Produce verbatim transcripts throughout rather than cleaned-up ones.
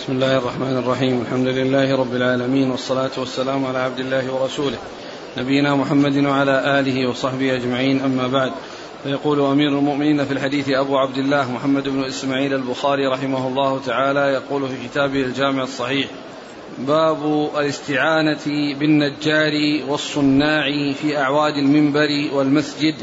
بسم الله الرحمن الرحيم. الحمد لله رب العالمين، والصلاة والسلام على عبد الله ورسوله نبينا محمد وعلى آله وصحبه أجمعين، أما بعد. فيقول أمير المؤمنين في الحديث أبو عبد الله محمد بن إسماعيل البخاري رحمه الله تعالى، يقول في كتابه الجامع الصحيح: باب الاستعانة بالنجار والصناع في أعواد المنبر والمسجد.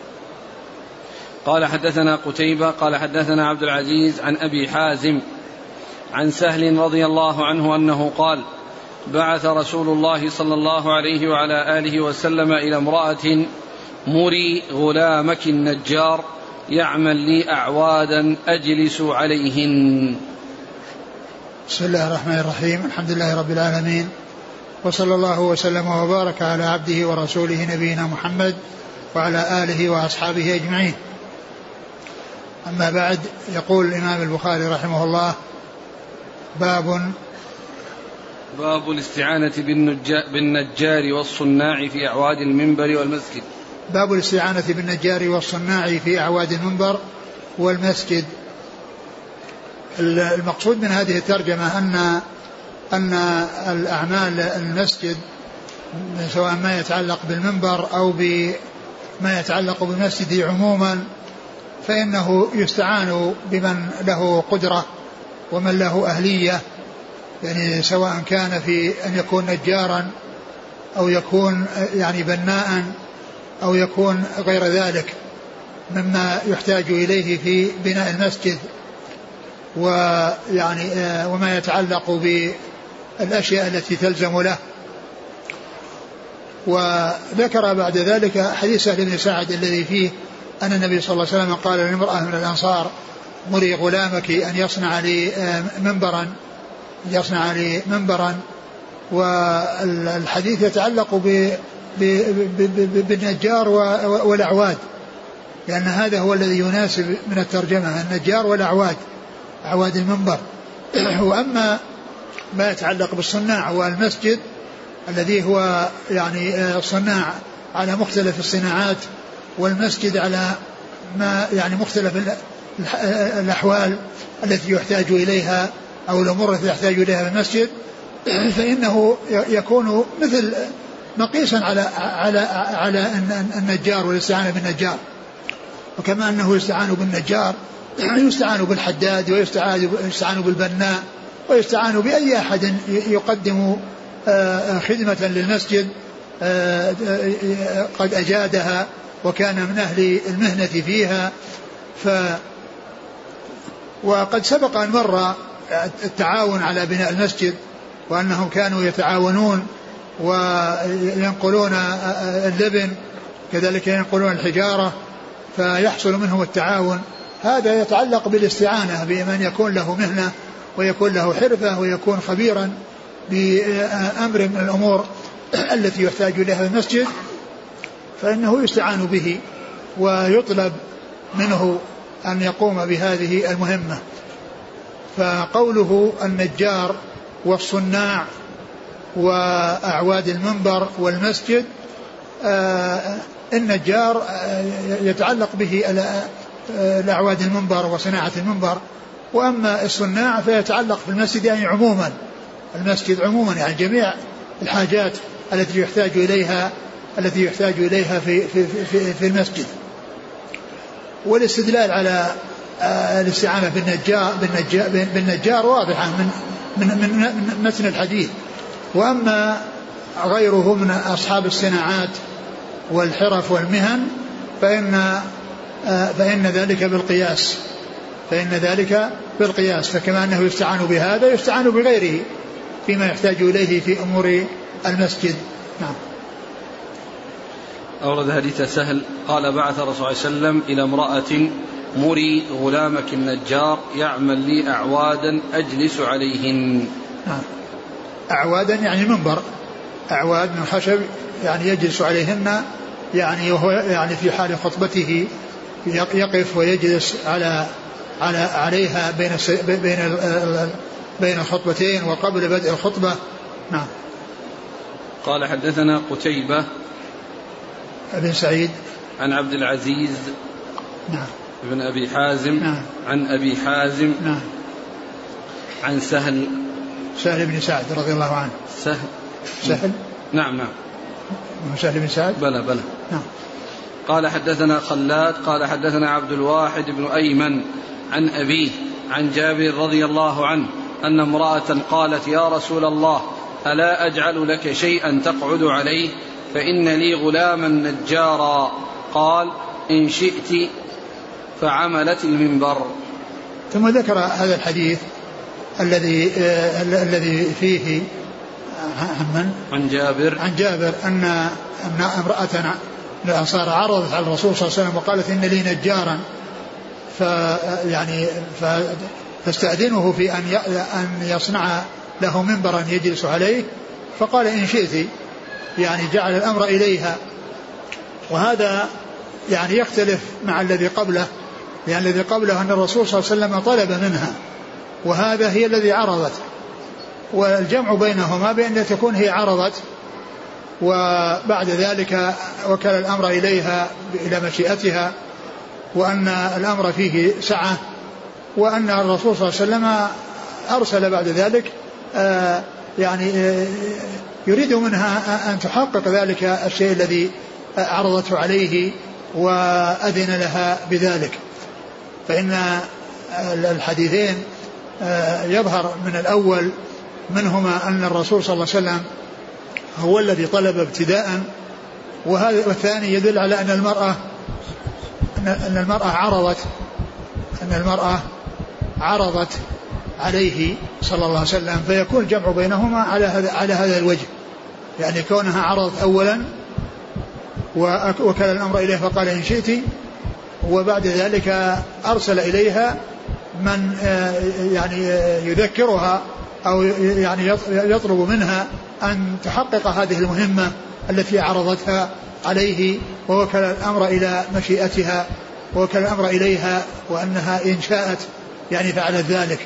قال حدثنا قتيبة قال حدثنا عبد العزيز عن أبي حازم عن سهل رضي الله عنه أنه قال: بعث رسول الله صلى الله عليه وعلى آله وسلم إلى امرأة: مري غلامك النجار يعمل لي أعوادا أجلس عليهن. بسم الله الرحمن الرحيم. الحمد لله رب العالمين، وصلى الله وسلم وبارك على عبده ورسوله نبينا محمد وعلى آله وأصحابه أجمعين. أما بعد، يقول الإمام البخاري رحمه الله: باب باب الاستعانة بالنجار والصناع في أعواد المنبر والمسجد. باب الاستعانة بالنجار والصناع في أعواد المنبر والمسجد. المقصود من هذه الترجمة أن أن الأعمال المسجد، سواء ما يتعلق بالمنبر أو بما يتعلق بالمسجد عموما، فإنه يستعان بمن له قدرة ومن له أهلية، يعني سواء كان في أن يكون نجارا أو يكون يعني بناء أو يكون غير ذلك مما يحتاج إليه في بناء المسجد، ويعني وما يتعلق بالأشياء التي تلزم له. وذكر بعد ذلك حديث سهل بن سعد الذي فيه أن النبي صلى الله عليه وسلم قال لامرأة من الأنصار: مري غلامك أن يصنع لي منبرا يصنع لي منبرا والحديث يتعلق بالنجار والأعواد، لأن هذا هو الذي يناسب من الترجمة: النجار والأعواد، أعواد المنبر. وأما ما يتعلق بالصناع والمسجد الذي هو يعني صناع على مختلف الصناعات، والمسجد على ما يعني مختلف الأحوال التي يحتاج إليها أو الأمور التي يحتاج إليها في المسجد، فإنه يكون مثل مقيسا على على على النجار والاستعانة بالنجار. وكما أنه يستعان بالنجار يستعان بالحداد، ويستعان بالبناء، ويستعان بأي أحد يقدم خدمة للمسجد قد أجادها وكان من أهل المهنة فيها. ف وقد سبق أن مر التعاون على بناء المسجد، وأنهم كانوا يتعاونون وينقلون اللبن، كذلك ينقلون الحجارة، فيحصل منهم التعاون. هذا يتعلق بالاستعانة بمن يكون له مهنة ويكون له حرفة ويكون خبيرا بأمر من الأمور التي يحتاج إليها المسجد، فإنه يستعان به ويطلب منه أن يقوم بهذه المهمة. فقوله النجار والصناع وأعواد المنبر والمسجد، آه النجار آه يتعلق به الأعواد المنبر وصناعة المنبر، وأما الصناع فيتعلق في المسجد يعني عموما، المسجد عموما يعني جميع الحاجات التي يحتاج إليها التي يحتاج إليها في, في, في, في المسجد. والاستدلال على الاستعانة بالنجار, بالنجار, بالنجار واضحة من, من, من متن الحديث. وأما غيره من أصحاب الصناعات والحرف والمهن فإن, فإن ذلك بالقياس فإن ذلك بالقياس فكما أنه يستعان بهذا يستعان بغيره فيما يحتاج إليه في أمور المسجد. نعم. أورد حديث سهل قال: بعث رسول الله صلى الله عليه وسلم إلى امرأة: مري غلامك النجار يعمل لي أعوادا أجلس عليهن. نعم. أعوادا يعني منبر، أعواد من خشب يعني يجلس عليهن، يعني وهو يعني في حال خطبته يقف ويجلس على على عليها بين بين بين الخطبتين وقبل بدء الخطبة. نعم. قال: حدثنا قتيبة بن سعيد عن عبد العزيز نعم ابن أبي حازم نعم عن أبي حازم نعم عن سهل سهل بن سعد رضي الله عنه. سهل سهل نعم نعم سهل بن سعد بلى بلى نعم. قال حدثنا خلاد قال حدثنا عبد الواحد بن أيمن عن أبيه عن جابر رضي الله عنه أن امرأة قالت يا رسول الله ألا أجعل لك شيئا تقعد عليه فإن لي غلاما نجارا قال إن شئت فعملت المنبر. ثم ذكر هذا الحديث الذي آه الذي فيه عن من؟ عن جابر عن جابر أن أن امرأة الأنصار عرضت على الرسول صلى الله عليه وسلم وقالت إن لي نجارا فيعني فاستأذنه في أن أن يصنع له منبرا يجلس عليه فقال إن شئت، يعني جعل الأمر إليها. وهذا يعني يختلف مع الذي قبله، لأن الذي قبله أن الرسول صلى الله عليه وسلم طلب منها، وهذا هي الذي عرضت. والجمع بينهما بأن تكون هي عرضت وبعد ذلك وكل الأمر إليها إلى مشيئتها، وأن الأمر فيه سعة، وأن الرسول صلى الله عليه وسلم أرسل بعد ذلك آه يعني آه يريد منها أن تحقق ذلك الشيء الذي عرضته عليه وأذن لها بذلك. فإن الحديثين آه يظهر من الأول منهما أن الرسول صلى الله عليه وسلم هو الذي طلب ابتداء، وهذا والثاني يدل على أن المرأة أن المرأة عرضت أن المرأة عرضت عليه صلى الله عليه وسلم، فيكون الجمع بينهما على هذا على هذا الوجه، يعني كونها عرضت أولا وكل الأمر إليه فقال إن شئت، وبعد ذلك أرسل إليها من يعني يذكرها أو يعني يطلب منها أن تحقق هذه المهمة التي عرضتها عليه، ووكل الأمر إلى مشيئتها ووكل الأمر إليها، وأنها إن شاءت يعني فعلت ذلك.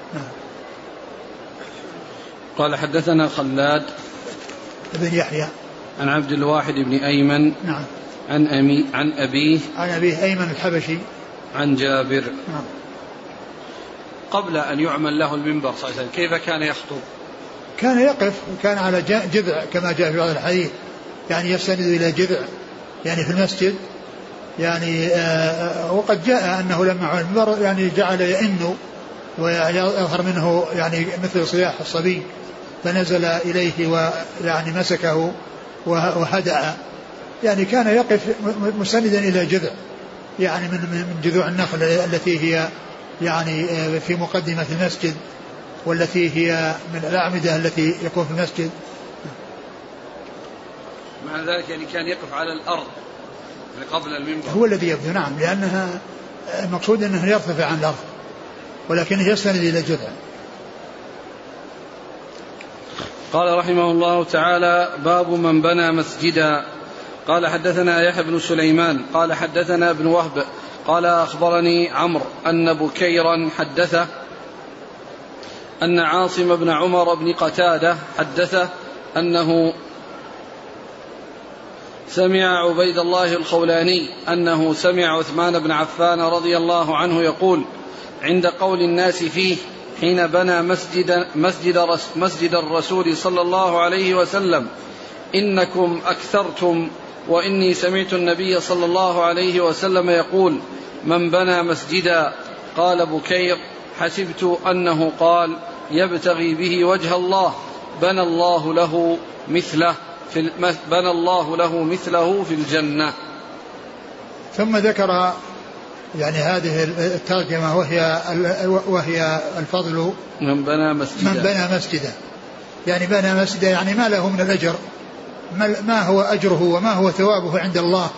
قال حدثنا خلاد بن يحيى عن عبد الواحد بن أيمن نعم عن أمي عن أبيه عن أبيه أيمن الحبشي عن جابر نعم. قبل أن يعمل له المنبر صلى الله عليه وسلم كيف كان يخطب؟ كان يقف وكان على جذع كما جاء في بعض الحديث، يعني يستند إلى جذع يعني في المسجد، يعني آه وقد جاء أنه لما عمل المنبر يعني جعل يئن ويظهر منه يعني مثل صياح الصبي، فنزل إليه ويعني مسكه وهدأ، يعني كان يقف مستندا إلى جذع يعني من من جذوع النخل التي هي يعني في مقدمة المسجد، والتي هي من الأعمدة التي يكون في المسجد. مع ذلك يعني كان يقف على الأرض قبل المنبر، هو الذي يبدو نعم، لأنها المقصود أنه يرتفع عن الأرض ولكنه يستند إلى جذع. قال رحمه الله تعالى باب من بنى مسجدا. قال حدثنا يحيى بن سليمان قال حدثنا ابن وهب قال أخبرني عمرو أن بكيرا حدثه أن عاصم بن عمر بن قتادة حدثه أنه سمع عبيد الله الخولاني أنه سمع عثمان بن عفان رضي الله عنه يقول عند قول الناس فيه حين بنى مسجد, مسجد, مسجد الرسول صلى الله عليه وسلم إنكم أكثرتم، وإني سمعت النبي صلى الله عليه وسلم يقول من بنى مسجدا. قال بكير حسبت أنه قال يبتغي به وجه الله بنى الله له مثله في بنى الله له مثله في الجنة. ثم ذكر يعني هذه الترجمة وهي وهي الفضل من بنى مسجدا من بنى مسجدا يعني بنى مسجدا يعني ما له من الأجر، ما هو أجره وما هو ثوابه عند الله.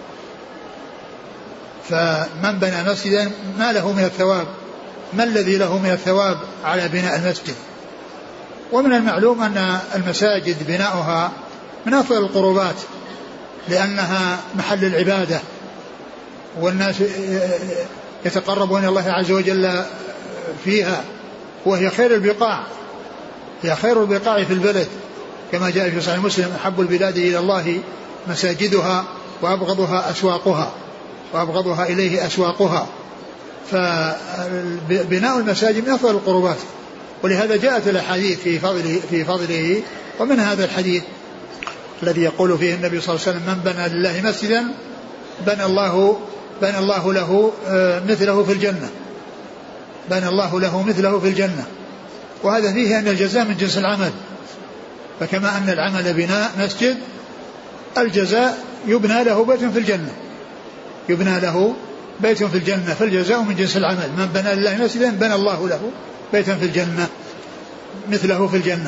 فمن بنى مسجدا ما له من الثواب، ما الذي له من الثواب على بناء المسجد. ومن المعلوم أن المساجد بناؤها من أفضل القربات لأنها محل العبادة، والناس يتقربون إلى الله عز وجل فيها، وهي خير البقاع، هي خير البقاع في البلد كما جاء في صحيح مسلم أحب البلاد إلى الله مساجدها وأبغضها أسواقها وأبغضها إليه أسواقها. فبناء المساجد من أفضل القربات، ولهذا جاءت الأحاديث في فضله, في فضله ومن هذا الحديث الذي يقول فيه النبي صلى الله عليه وسلم: من بنى لله مسجدا بنى الله, بنى الله له مثله في الجنة بنى الله له مثله في الجنة. وهذا فيه أن الجزاء من جنس العمل، فكما أن العمل بناء مسجد، الجزاء يبنى له بيت في الجنة يبنى له بيت في الجنة فالجزاء من جنس العمل. من بنى لله مسجدا بنى الله له بيتا في الجنة مثله في الجنة.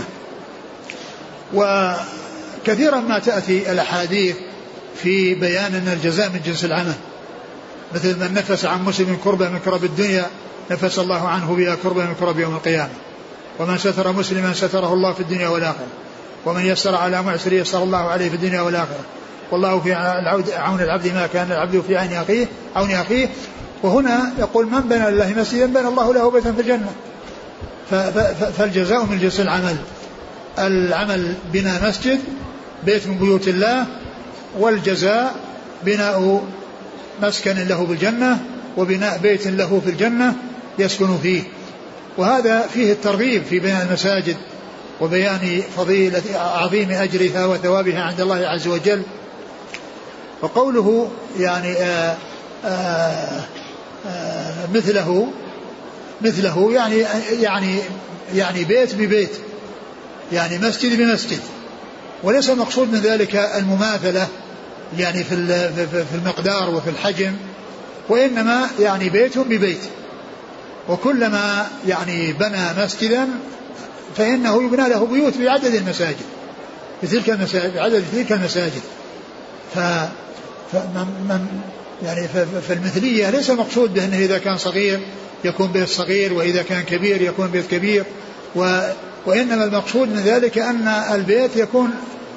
وكثيرا ما تأتي الأحاديث في بيان أن الجزاء من جنس العمل، مثل من نفس عن مسلم كربة من كرب الدنيا نفس الله عنه بها كربة من كرب يوم القيامة، ومن ستر مسلما ستره الله في الدنيا والآخرة، ومن يسر على معسر يسر الله عليه في الدنيا والآخرة، والله في عون العبد ما كان العبد في عون أخيه عون أخيه. وهنا يقول: من بنى لله مسجدا بنى الله له بيتا في الجنة. فالجزاء من جنس العمل، العمل بناء مسجد بيت من بيوت الله، والجزاء بناء مسكن له بالجنة وبناء بيت له في الجنة يسكن فيه. وهذا فيه الترغيب في بناء المساجد وبيان فضيلة عظيم أجرها وثوابها عند الله عز وجل. وقوله يعني آآ آآ آآ مثله مثله يعني يعني يعني بيت ببيت، يعني مسجد بمسجد، وليس المقصود من ذلك المماثلة يعني في في المقدار وفي الحجم، وإنما يعني بيت ببيت. وكلما يعني بنى مسجدا فإنه يبنى له بيوت بعدد المساجد بتلك المساجد بعدد تلك المساجد. ف فمن يعني فالمثلية ليس مقصود بأنه إذا كان صغير يكون بيت صغير، وإذا كان كبير يكون بيت كبير، و وإنما المقصود من ذلك أن البيت يكون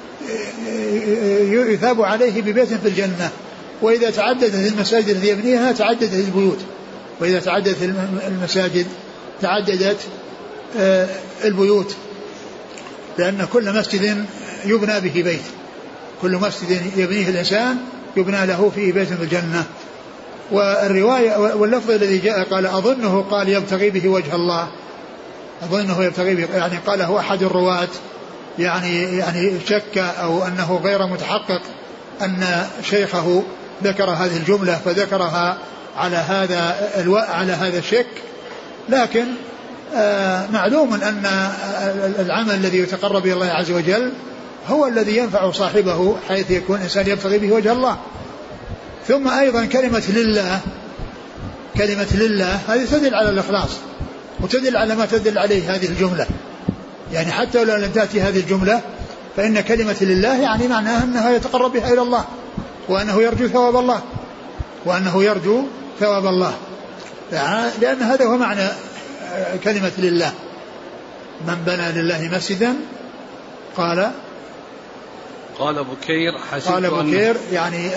يثاب عليه ببيت في الجنة. وإذا تعددت المساجد التي يبنيها تعددت البيوت، وإذا تعددت المساجد تعددت البيوت، لأن كل مسجد يبنى به بيت، كل مسجد يبنيه الإنسان يبنى له فيه بيت في الجنة. والرواية واللفظ الذي جاء قال أظنه قال يبتغي به وجه الله، أظنه يبتغي به يعني قال هو أحد الرواة يعني يعني شك أو أنه غير متحقق أن شيخه ذكر هذه الجملة فذكرها على هذا الواء على هذا الشك. لكن آه معلوم أن العمل الذي يتقرب إلى الله عز وجل هو الذي ينفع صاحبه حيث يكون الإنسان يبتغي به وجه الله. ثم أيضا كلمة لله، كلمة لله هذه تدل على الإخلاص وتدل على ما تدل عليه هذه الجملة. يعني حتى لو لم تأتي هذه الجملة فإن كلمة لله يعني معناها أنها يتقرب بها إلى الله، وأنه يرجو ثواب الله وأنه يرجو ثواب الله، لأن هذا هو معنى كلمة لله. من بنى لله مسجدا قال قال بكير حسبت قال بكير يعني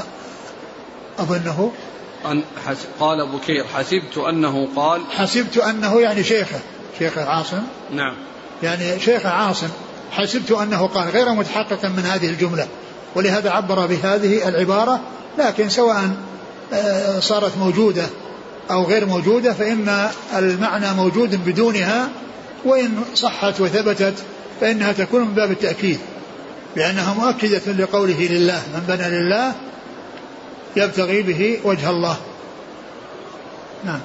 أظنه أن قال بكير حسبت أنه قال حسبت أنه يعني شيخه شيخ عاصم نعم يعني شيخ عاصم حسبت أنه قال غير متحققا من هذه الجملة، ولهذا عبر بهذه العبارة. لكن سواء صارت موجودة أو غير موجودة فإن المعنى موجود بدونها، وإن صحت وثبتت فإنها تكون من باب التأكيد، لأنها مؤكدة لقوله لله من بنى لله يبتغي به وجه الله. نعم.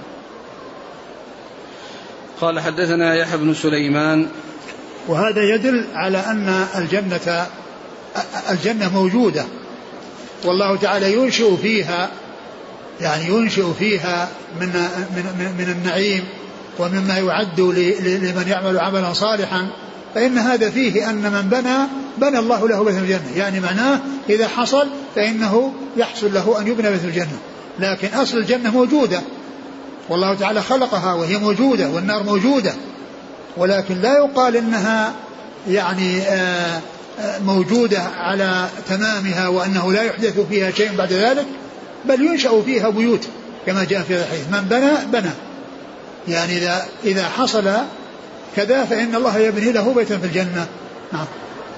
قال حدثنا يحيى بن سليمان. وهذا يدل على أن الجنة الجنة موجودة، والله تعالى ينشئ فيها يعني ينشئ فيها من من من النعيم ومما يعد لمن يعمل عملا صالحا. فإن هذا فيه أن من بنى بنى الله له بيت الجنة، يعني معناه إذا حصل فإنه يحصل له أن يبنى بيت الجنة. لكن أصل الجنة موجودة والله تعالى خلقها وهي موجودة، والنار موجودة، ولكن لا يقال إنها يعني موجودة على تمامها وأنه لا يحدث فيها شيء بعد ذلك، بل ينشأ فيها بيوت كما جاء في الحديث من بنى بنى، يعني إذا إذا حصل كذا فإن الله يبني له بيتا في الجنة. نعم.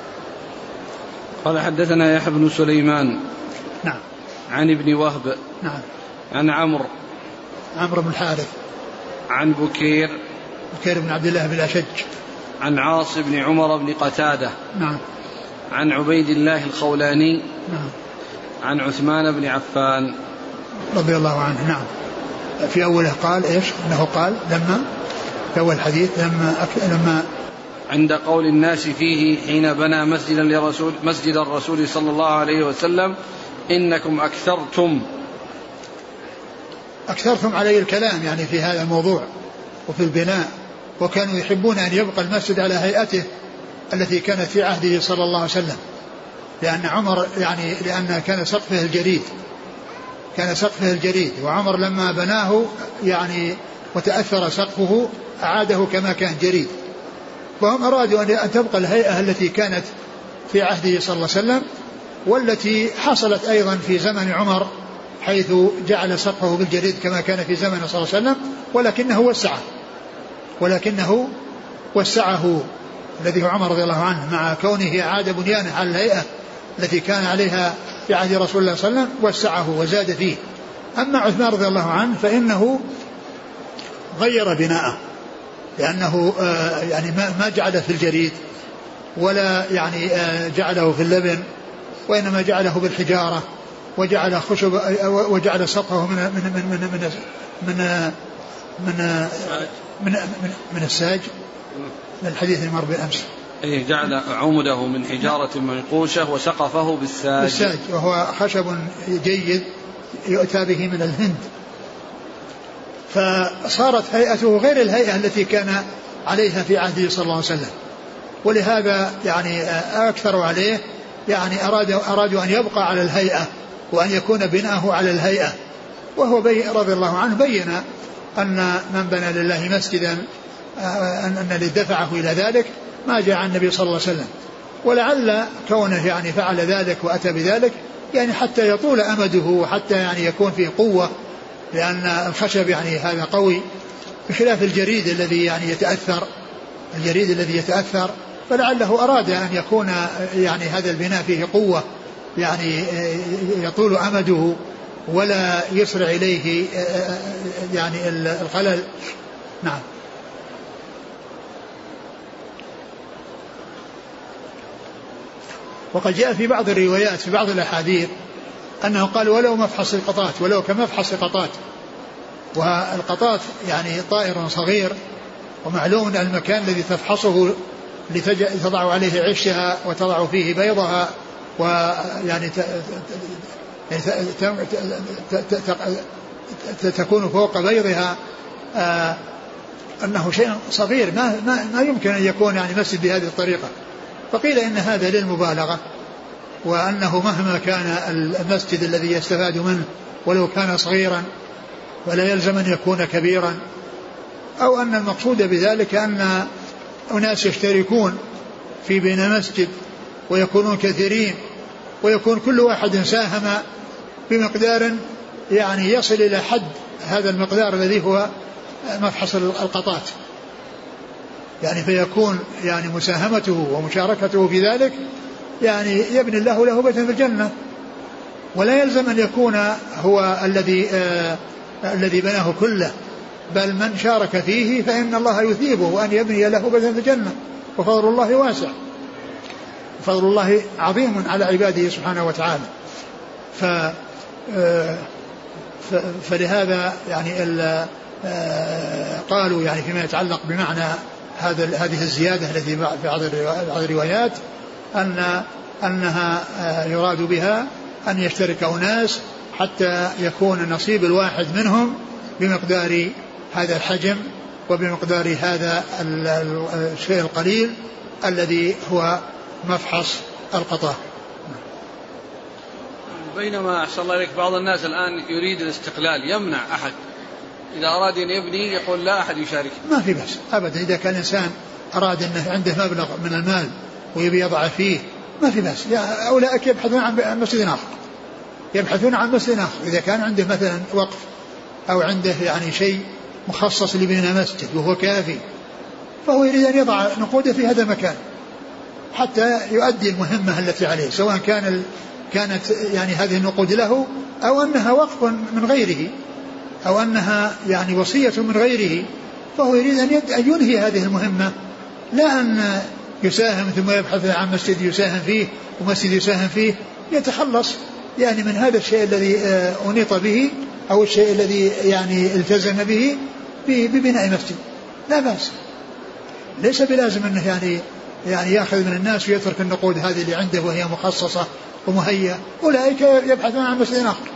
قال حدثنا يحيى بن سليمان. نعم. عن ابن وهب. نعم. عن عمرو عمرو بن الحارث. عن بكير. بكير بن عبد الله بن الأشج. عن عاص بن عمر بن قتادة. نعم. عن عبيد الله الخولاني. نعم. عن عثمان بن عفان رضي الله عنه. نعم. في أوله قال إيش؟ أنه قال لما في أول الحديث لما أك... لما عند قول الناس فيه حين بنى مسجدا لرسول مسجد الرسول صلى الله عليه وسلم إنكم أكثرتم أكثرتم علي الكلام يعني في هذا الموضوع وفي البناء، وكانوا يحبون أن يبقى المسجد على هيئته التي كانت في عهده صلى الله عليه وسلم، لأن عمر يعني لأن كان سقفه الجريد كان سقفه الجريد وعمر لما بناه يعني وتأثر سقفه أعاده كما كان جريد، وهم أرادوا أن تبقى الهيئة التي كانت في عهده صلى الله عليه وسلم والتي حصلت أيضا في زمن عمر حيث جعل سقفه بالجريد كما كان في زمن صلى الله عليه وسلم، ولكنه وسعه ولكنه وسعه الذي هو عمر رضي الله عنه، مع كونه أعاد بنيانه على الهيئة التي كان عليها في عهد رسول الله صلى الله عليه وسلم وسعه وزاد فيه. أما عثمان رضي الله عنه فإنه غير بناءه، لأنه آه يعني ما جعله في الجريد ولا يعني آه جعله في اللبن، وإنما جعله بالحجارة وجعل خشب وجعل سقفه من من من من من من من, من, من, من الساج من الحديث المر بالأمس. إيه جعل عمده من حجارة منقوشة وسقفه بالساج بالساج وهو خشب جيد يؤتى به من الهند، فصارت هيئته غير الهيئة التي كان عليها في عهده صلى الله عليه وسلم، ولهذا يعني أكثروا عليه يعني أرادوا, أرادوا أن يبقى على الهيئة وأن يكون بناءه على الهيئة، وهو بي رضي الله عنه بين أن من بنى لله مسجدا أن الذي دفعه إلى ذلك ما جاء عن النبي صلى الله عليه وسلم، ولعل كونه يعني فعل ذلك وأتى بذلك يعني حتى يطول أمده وحتى يعني يكون فيه قوة، لأن الخشب يعني هذا قوي بخلاف الجريد الذي يعني يتأثر الجريد الذي يتأثر فلعله أراد أن يكون يعني هذا البناء فيه قوة يعني يطول أمده ولا يسرع إليه يعني الخلل. نعم. وقد جاء في بعض الروايات في بعض الأحاديث أنه قال ولو مفحص القطات ولو كمفحص القطات، والقطات يعني طائر صغير ومعلوم المكان الذي تفحصه لتضع عليه عشها وتضع فيه بيضها ويعني تكون فوق بيضها أنه شيء صغير ما, ما, ما يمكن أن يكون يعني مسجد بهذه الطريقة، فقيل إن هذا للمبالغة وأنه مهما كان المسجد الذي يستفاد منه ولو كان صغيرا ولا يلزم أن يكون كبيرا، أو أن المقصود بذلك أن أناس يشتركون في بناء مسجد ويكونون كثيرين ويكون كل واحد ساهم بمقدار يعني يصل إلى حد هذا المقدار الذي هو مفحص القطات، يعني فيكون يعني مساهمته ومشاركته في ذلك يعني يبني الله له بيتا في الجنة، ولا يلزم أن يكون هو الذي آه الذي بناه كله، بل من شارك فيه فإن الله يثيبه وأن يبني له بيتا في الجنة، وفضل الله واسع فضل الله عظيم على عباده سبحانه وتعالى. ف فلهذا يعني قالوا يعني فيما يتعلق بمعنى هذا هذه الزيادة التي في بعض الروايات أن أنها يراد بها أن يشترك أناس حتى يكون النصيب الواحد منهم بمقدار هذا الحجم وبمقدار هذا الشيء القليل الذي هو مفحص القطاع. بينما أحسن الله إليك بعض الناس الآن يريد الاستقلال، يمنع أحد إذا أراد أن يبني يقول لا أحد يشارك. ما في بس أبدا، إذا كان الإنسان أراد أنه عنده مبلغ من المال ويبي يضع فيه ما في بس، أولئك يبحثون عن مسجد آخر يبحثون عن مسجد آخر إذا كان عنده مثلا وقف أو عنده يعني شيء مخصص لبناء مسجد وهو كافي، فهو يريد أن يضع نقوده في هذا المكان حتى يؤدي المهمة التي عليه، سواء كان ال... كانت يعني هذه النقود له أو أنها وقف من غيره أو أنها يعني وصية من غيره، فهو يريد أن ينهي هذه المهمة، لا أن يساهم ثم يبحث عن مسجد يساهم فيه ومسجد يساهم فيه، يتخلص يعني من هذا الشيء الذي أنيط به أو الشيء الذي يعني التزم به ببناء مسجد، لا بأس. ليس بلازم أنه يعني يعني يأخذ من الناس ويترك النقود هذه اللي عنده وهي مخصصة ومهيئة، أولئك يبحثون عن مسجد آخر.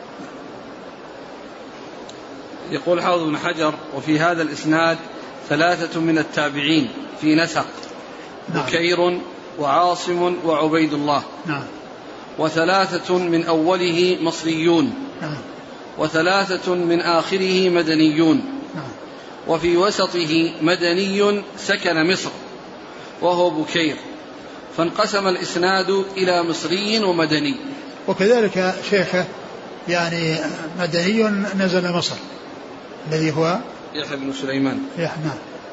يقول حافظ بن حجر: وفي هذا الإسناد ثلاثة من التابعين في نسق، نعم. بكير وعاصم وعبيد الله، نعم. وثلاثة من أوله مصريون، نعم. وثلاثة من آخره مدنيون، نعم. وفي وسطه مدني سكن مصر وهو بكير، فانقسم الإسناد إلى مصري ومدني. وكذلك شيخه يعني مدني نزل مصر الذي هو يحيى بن سليمان. نعم.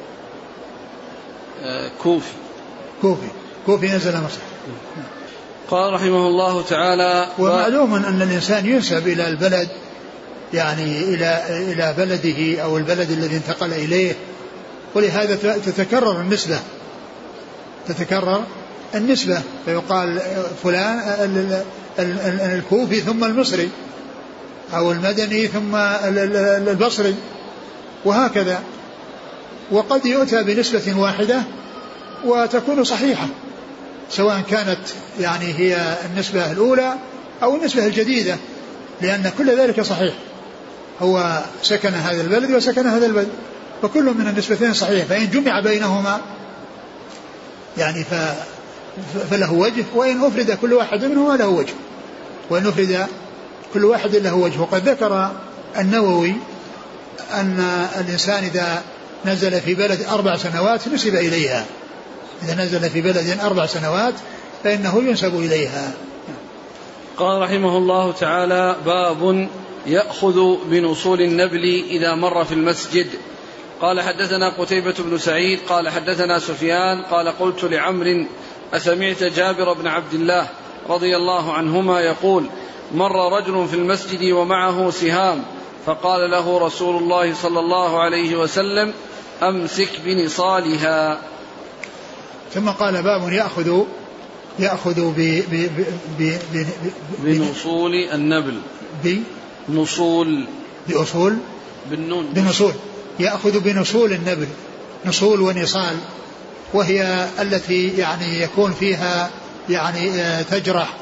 آه كوفي كوفي كوفي نزل مصر. قال رحمه الله تعالى: ومعلوم أن الإنسان ينسب إلى البلد يعني إلى إلى بلده أو البلد الذي انتقل إليه، ولهذا تتكرر النسبة تتكرر النسبة فيقال فلان الكوفي ثم المصري، أو المدني ثم البصري، وهكذا. وقد يؤتى بنسبة واحدة وتكون صحيحة، سواء كانت يعني هي النسبة الأولى أو النسبة الجديدة، لأن كل ذلك صحيح، هو سكن هذا البلد وسكن هذا البلد، فكل من النسبتين صحيح، فإن جمع بينهما يعني فله وجه، وإن أفرد كل واحد منهما له وجه، وإن أفرد كل واحد له وجه. وقد ذكر النووي أن الإنسان إذا نزل في بلد أربع سنوات نسب إليها، إذا نزل في بلد أربع سنوات فإنه ينسب إليها. قال رحمه الله تعالى: باب يأخذ بنصول النبل إذا مر في المسجد. قال: حدثنا قتيبة بن سعيد قال حدثنا سفيان قال: قلت لعمرو: أسمعت جابر بن عبد الله رضي الله عنهما يقول: مر رجل في المسجد ومعه سهام، فقال له رسول الله صلى الله عليه وسلم: أمسك بنصالها. ثم قال: باب يأخذ يأخذ ب ب ب ب بنصول النبل بنصول بأصول بالنون بنصول يأخذ بنصول النبل، نصول ونصال، وهي التي يعني يكون فيها يعني تجرح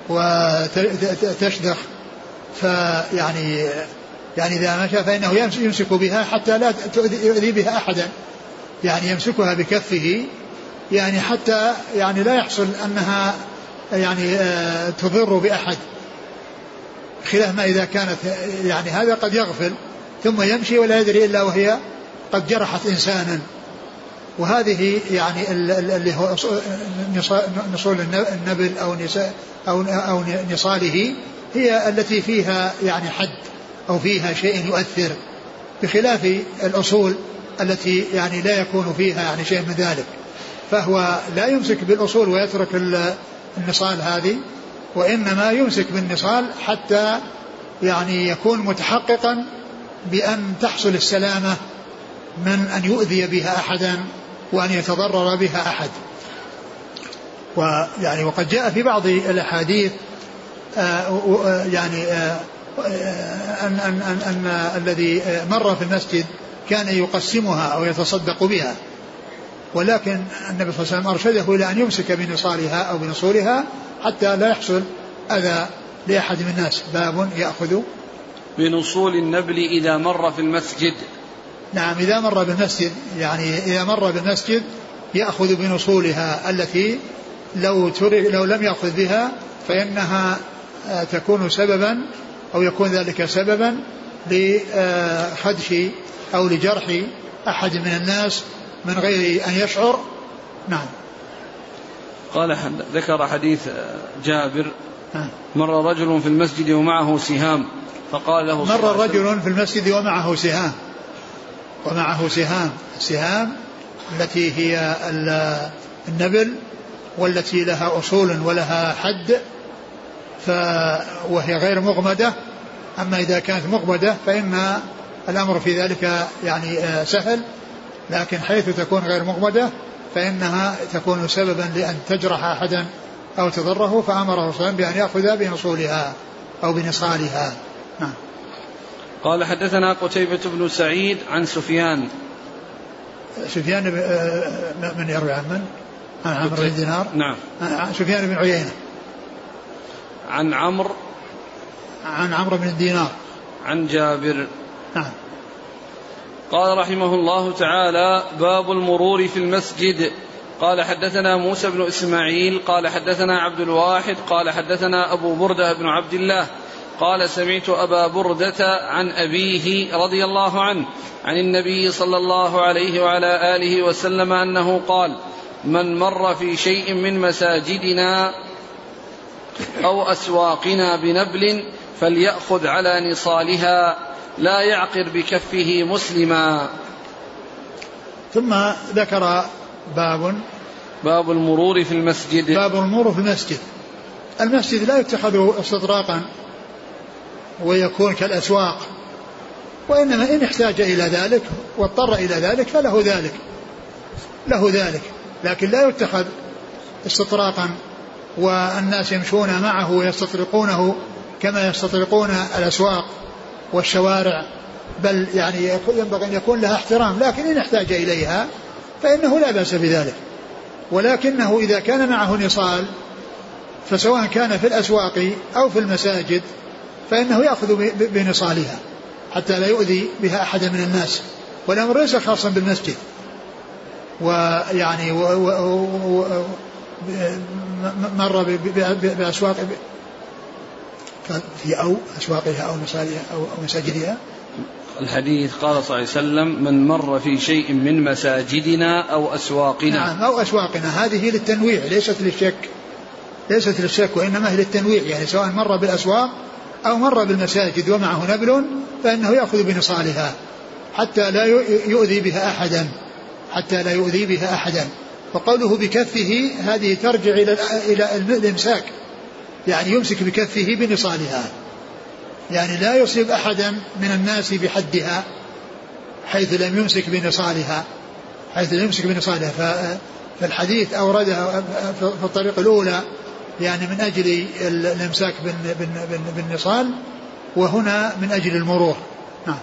وتشدخ، فيعني يعني إذا مشى فإنه يمسك بها حتى لا تؤذي بها أحدا، يعني يمسكها بكفه يعني حتى يعني لا يحصل أنها يعني تضر بأحد، خلاف ما إذا كانت يعني هذا قد يغفل ثم يمشي ولا يدري إلا وهي قد جرحت إنسانا. وهذه يعني اللي هو نصول النبل أو أو أو نصاله هي التي فيها يعني حد أو فيها شيء يؤثر، بخلاف الأصول التي يعني لا يكون فيها يعني شيء من ذلك، فهو لا يمسك بالأصول ويترك النصال هذه، وإنما يمسك بالنصال حتى يعني يكون متحققا بأن تحصل السلامة من أن يؤذي بها أحدا وأن يتضرر بها أحد. ويعني وقد جاء في بعض الأحاديث آه يعني آه أن, أن, أن, أن الذي مر في المسجد كان يقسمها أو يتصدق بها، ولكن النبي صلى الله عليه وسلم أرشده إلى أن يمسك بنصالها أو بنصولها حتى لا يحصل أذى لأحد من الناس. باب يأخذ بنصول النبل إذا مر في المسجد. نعم، إذا مر بالمسجد يعني إذا مر بالمسجد يأخذ بنصولها التي لو, لو لم يأخذ بها فإنها تكون سببا أو يكون ذلك سببا لخدش أو لجرح أحد من الناس من غير أن يشعر. نعم. قال ذكر حديث جابر: مر رجل في المسجد ومعه سهام، فقال له مر رجل في المسجد ومعه سهام ومعه سهام السهام التي هي النبل والتي لها أصول ولها حد، وهي غير مغمدة. أما إذا كانت مغمدة فإن الأمر في ذلك يعني سهل، لكن حيث تكون غير مغمدة فإنها تكون سببا لأن تجرح أحدا أو تضره، فأمره صلى الله عليه وسلم بأن يأخذ بنصولها أو بنصالها. نعم. قال حدثنا قتيبة بن سعيد عن سفيان. سفيان من يروي عن من؟ عن عمرو بن دينار. نعم. سفيان بن عيينة عن عمرو عن عمرو بن دينار عن جابر. نعم. قال رحمه الله تعالى: باب المرور في المسجد. قال حدثنا موسى بن إسماعيل قال حدثنا عبد الواحد قال حدثنا أبو بردة بن عبد الله قال سمعت أبا بردة عن أبيه رضي الله عنه عن النبي صلى الله عليه وعلى آله وسلم أنه قال: من مر في شيء من مساجدنا أو أسواقنا بنبل فليأخذ على نصالها لا يعقر بكفه مسلما. ثم ذكر باب باب المرور في المسجد. باب المرور في المسجد. المسجد لا يتخذ استطراقا ويكون كالأسواق، وإنما إن احتاج إلى ذلك واضطر إلى ذلك فله ذلك له ذلك لكن لا يتخذ استطراقا والناس يمشون معه ويستطرقونه كما يستطرقون الأسواق والشوارع، بل يعني ينبغي أن يكون لها احترام، لكن إن احتاج إليها فإنه لا بأس بذلك. ولكنه إذا كان معه نصال فسواء كان في الأسواق أو في المساجد فإنه يأخذ بنصالها حتى لا يؤذي بها أحد من الناس، والأمر ليس خاصا بالمسجد. ويعني و و و مر بأسواق في أو أسواقها أو مساجدها أو مساجدها. الحديث قال صلى الله عليه وسلم: من مر في شيء من مساجدنا أو أسواقنا. نعم، أو أسواقنا، هذه للتنويع ليست للشك ليست للشك وإنما هي للتنويع، يعني سواء مر بالأسواق أو مر بالمساجد ومعه نبل فإنه يأخذ بنصالها حتى لا يؤذي بها أحدا حتى لا يؤذي بها أحدا. وقوله بكفه هذه ترجع إلى إلى الإمساك، يعني يمسك بكفه بنصالها، يعني لا يصيب أحدا من الناس بحدها حيث لم يمسك بنصالها حيث لم يمسك بنصالها. فالحديث أوردها في الطريق الأولى يعني من أجل الإمساك بالنصال، وهنا من أجل المرور. نعم.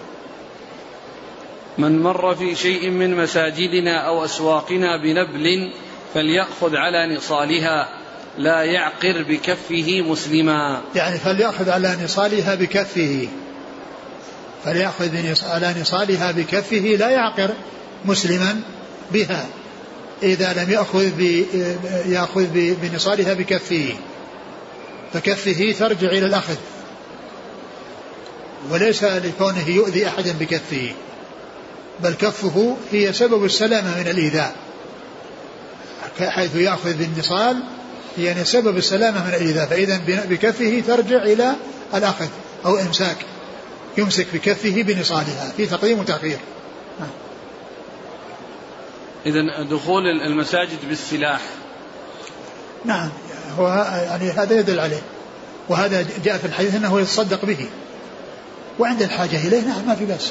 من مر في شيء من مساجدنا أو أسواقنا بنبل فليأخذ على نصالها لا يعقر بكفه مسلما، يعني فليأخذ على نصالها بكفه فليأخذ على نصالها بكفه لا يعقر مسلما بها إذا لم يأخذ يأخذ بنصالها بكفه، فكفه ترجع إلى الأخذ وليس لكونه يؤذي أحدا بكفه، بل كفه هي سبب السلامة من الإيذاء، حيث يأخذ بالنصال يعني سبب السلامة من الإيذاء، فإذا بكفه ترجع إلى الأخذ أو إمساك، يمسك بكفه بنصالها في تقديم وتأخير. إذن دخول المساجد بالسلاح. نعم، هو يعني هذا يدل عليه، وهذا جاء في الحديث أنه يتصدق به، وعند الحاجة إليه نعم ما في بأس.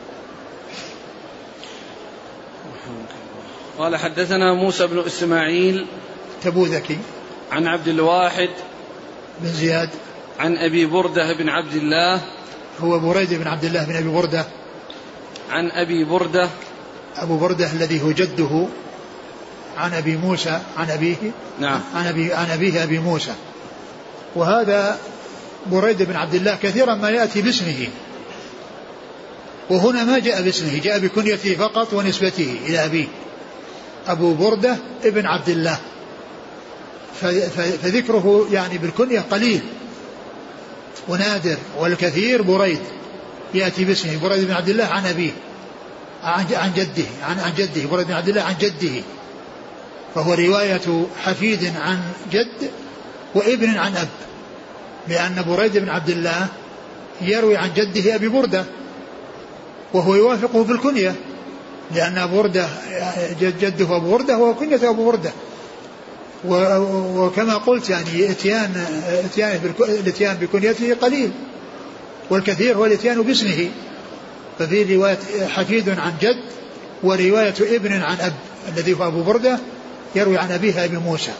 قال حدثنا موسى بن إسماعيل تبوذكي عن عبد الواحد بن زياد عن أبي بردة بن عبد الله، هو بريد بن عبد الله بن أبي بردة، عن أبي بردة أبو بردة الذي هو جده عن أبي موسى عن أبيه. نعم. عن أبي عن أبيه أبي موسى. وهذا بريد بن عبد الله كثيرا ما يأتي باسمه، وهنا ما جاء باسمه، جاء بكنيته فقط ونسبته إلى أبيه، أبو بردة ابن عبد الله، فذكره يعني بالكنية قليل ونادر، والكثير بريد يأتي باسمه بريد بن عبد الله عن أبيه عن جده عن عن جده بريد بن عبد الله عن جده، فهو رواية حفيد عن جد وابن عن أب، لأن بريد بن عبد الله يروي عن جده أبي بردة وهو يوافقه في الكنية، لأن بردة جده أبو بردة وهو كنية أبو بردة، وكما قلت يعني اتيان اتيان الاتيان بكنيته قليل، والكثير هو الاتيان باسمه، ففي رواية حفيد عن جد ورواية ابن عن أب الذي هو أبو بردة يروي عن أبيها أبي موسى.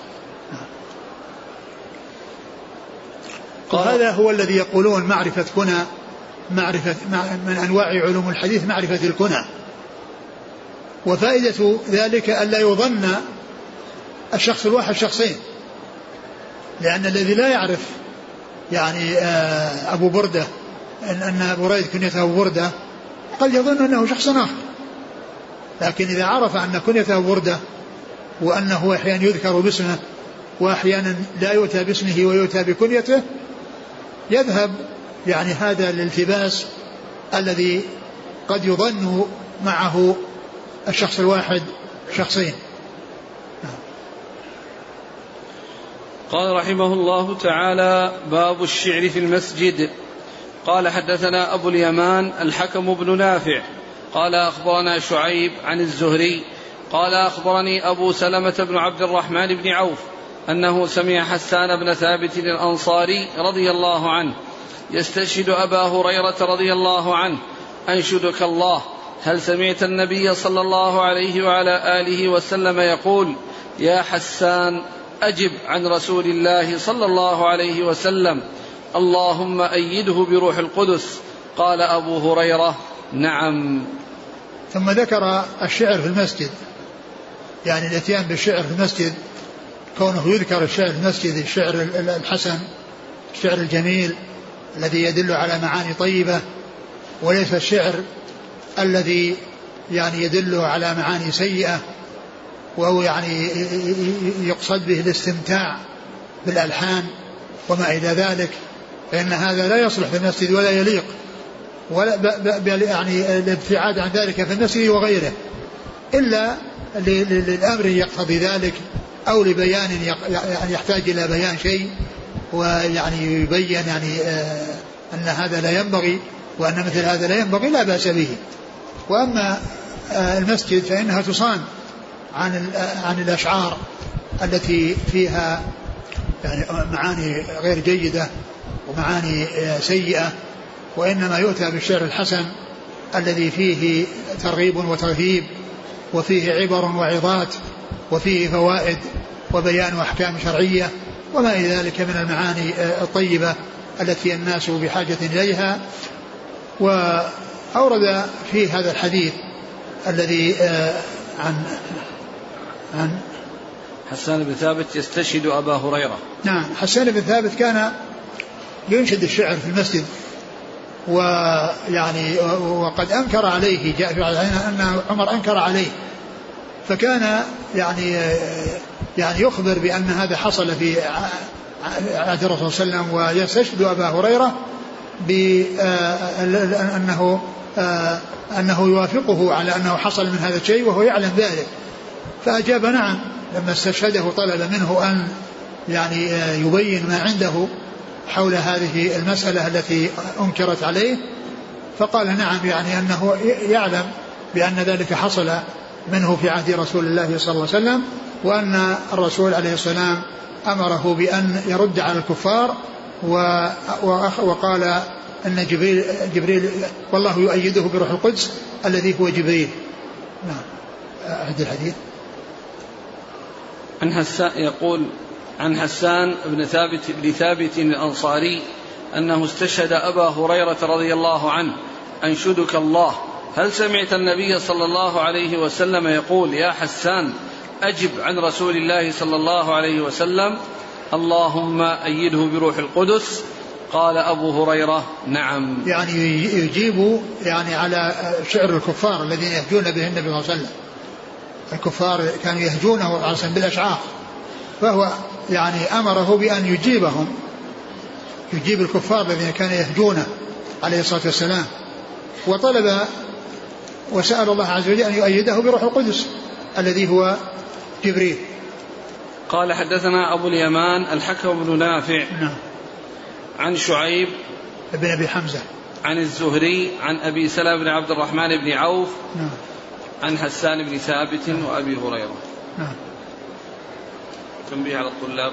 وهذا هو الذي يقولون معرفة كنى معرفة من أنواع علوم الحديث معرفة الكنى. وفائدة ذلك ألا يظن الشخص الواحد شخصين، لأن الذي لا يعرف يعني أبو بردة أن أبو ريد كنيته أبو بردة قد يظن أنه شخص آخر، لكن إذا عرف أن كنيته أبو بردة وأنه أحيانا يذكر باسمه وأحيانا لا يؤتى باسمه ويؤتى بكنيته يذهب يعني هذا الالتباس الذي قد يظن معه الشخص الواحد شخصين. قال رحمه الله تعالى: باب الشعر في المسجد. قال: حدثنا أبو اليمان الحكم بن نافع قال: أخبرنا شعيب عن الزهري قال: أخبرني أبو سلمة بن عبد الرحمن بن عوف أنه سمع حسان بن ثابت الأنصاري رضي الله عنه يستشهد أبا هريرة رضي الله عنه: أنشدك الله، هل سمعت النبي صلى الله عليه وعلى آله وسلم يقول: يا حسان أجب عن رسول الله صلى الله عليه وسلم، اللهم أيده بروح القدس. قال أبو هريرة: نعم. ثم ذكر الشعر في المسجد، يعني الاتيان بالشعر في المسجد، كونه يذكر الشعر في المسجد الشعر الحسن الشعر الجميل الذي يدل على معاني طيبة، وليس الشعر الذي يعني يدل على معاني سيئة وهو يعني يقصد به الاستمتاع بالألحان وما إلى ذلك، فإن هذا لا يصلح في المسجد ولا يليق، ولا يعني الابتعاد عن ذلك في المسجد وغيره إلا للأمر يقتضي ذلك أو لبيان يعني يحتاج إلى بيان شيء ويعني يبين يعني أن هذا لا ينبغي وأن مثل هذا لا ينبغي لا بأس به. وأما المسجد فإنها تصان عن عن الأشعار التي فيها يعني معاني غير جيدة ومعاني سيئة، وإنما يؤتى بالشعر الحسن الذي فيه ترغيب وترهيب وفيه عبر وعظات وفيه فوائد وبيان أحكام شرعية وما إلى ذلك من المعاني الطيبة التي الناس بحاجة إليها. وأورد في هذا الحديث الذي عن عن حسان بن ثابت يستشهد أبا هريرة. نعم، حسان بن ثابت كان ينشد الشعر في المسجد، ويعني وقد أنكر عليه، جاء في أن عمر أنكر عليه، فكان يعني يعني يخبر بأن هذا حصل في عهد الرسول صلى الله عليه وسلم، ويستشهد أبا هريرة بأنه أنه يوافقه على أنه حصل من هذا الشيء وهو يعلم ذلك، فأجاب نعم. لما استشهده طلب منه أن يعني يبين ما عنده حول هذه المسألة التي أنكرت عليه، فقال نعم، يعني أنه يعلم بأن ذلك حصل منه في عهد رسول الله صلى الله عليه وسلم، وأن الرسول عليه السلام أمره بأن يرد على الكفار، وقال أن جبريل, جبريل والله يؤيده بروح القدس الذي هو جبريل. نعم. أحد الحديث عن حسان يقول عن حسان بن ثابت بن ثابت الأنصاري أنه استشهد أبا هريرة رضي الله عنه: أنشدك الله، هل سمعت النبي صلى الله عليه وسلم يقول: يا حسان أجب عن رسول الله صلى الله عليه وسلم، اللهم أيده بروح القدس. قال أبو هريرة: نعم. يعني يجيب يعني على شعر الكفار الذين يهجون به النبي صلى الله عليه وسلم. الكفار كانوا يهجونه عاصم بالأشعار، فهو يعني أمره بأن يجيبهم، يجيب الكفار الذين كانوا يهجونه عليه الصلاة والسلام، وطلب وسأل الله عز وجل أن يؤيده بروح القدس الذي هو جبريل. قال: حدثنا أبو اليمان الحكم بن نافع نعم. عن شعيب بن أبي حمزة عن الزهري عن أبي سلمة بن عبد الرحمن بن عوف نعم. عن حسان بن ثابت نعم. وأبي هريرة. نعم. تنبيه على الطلاب.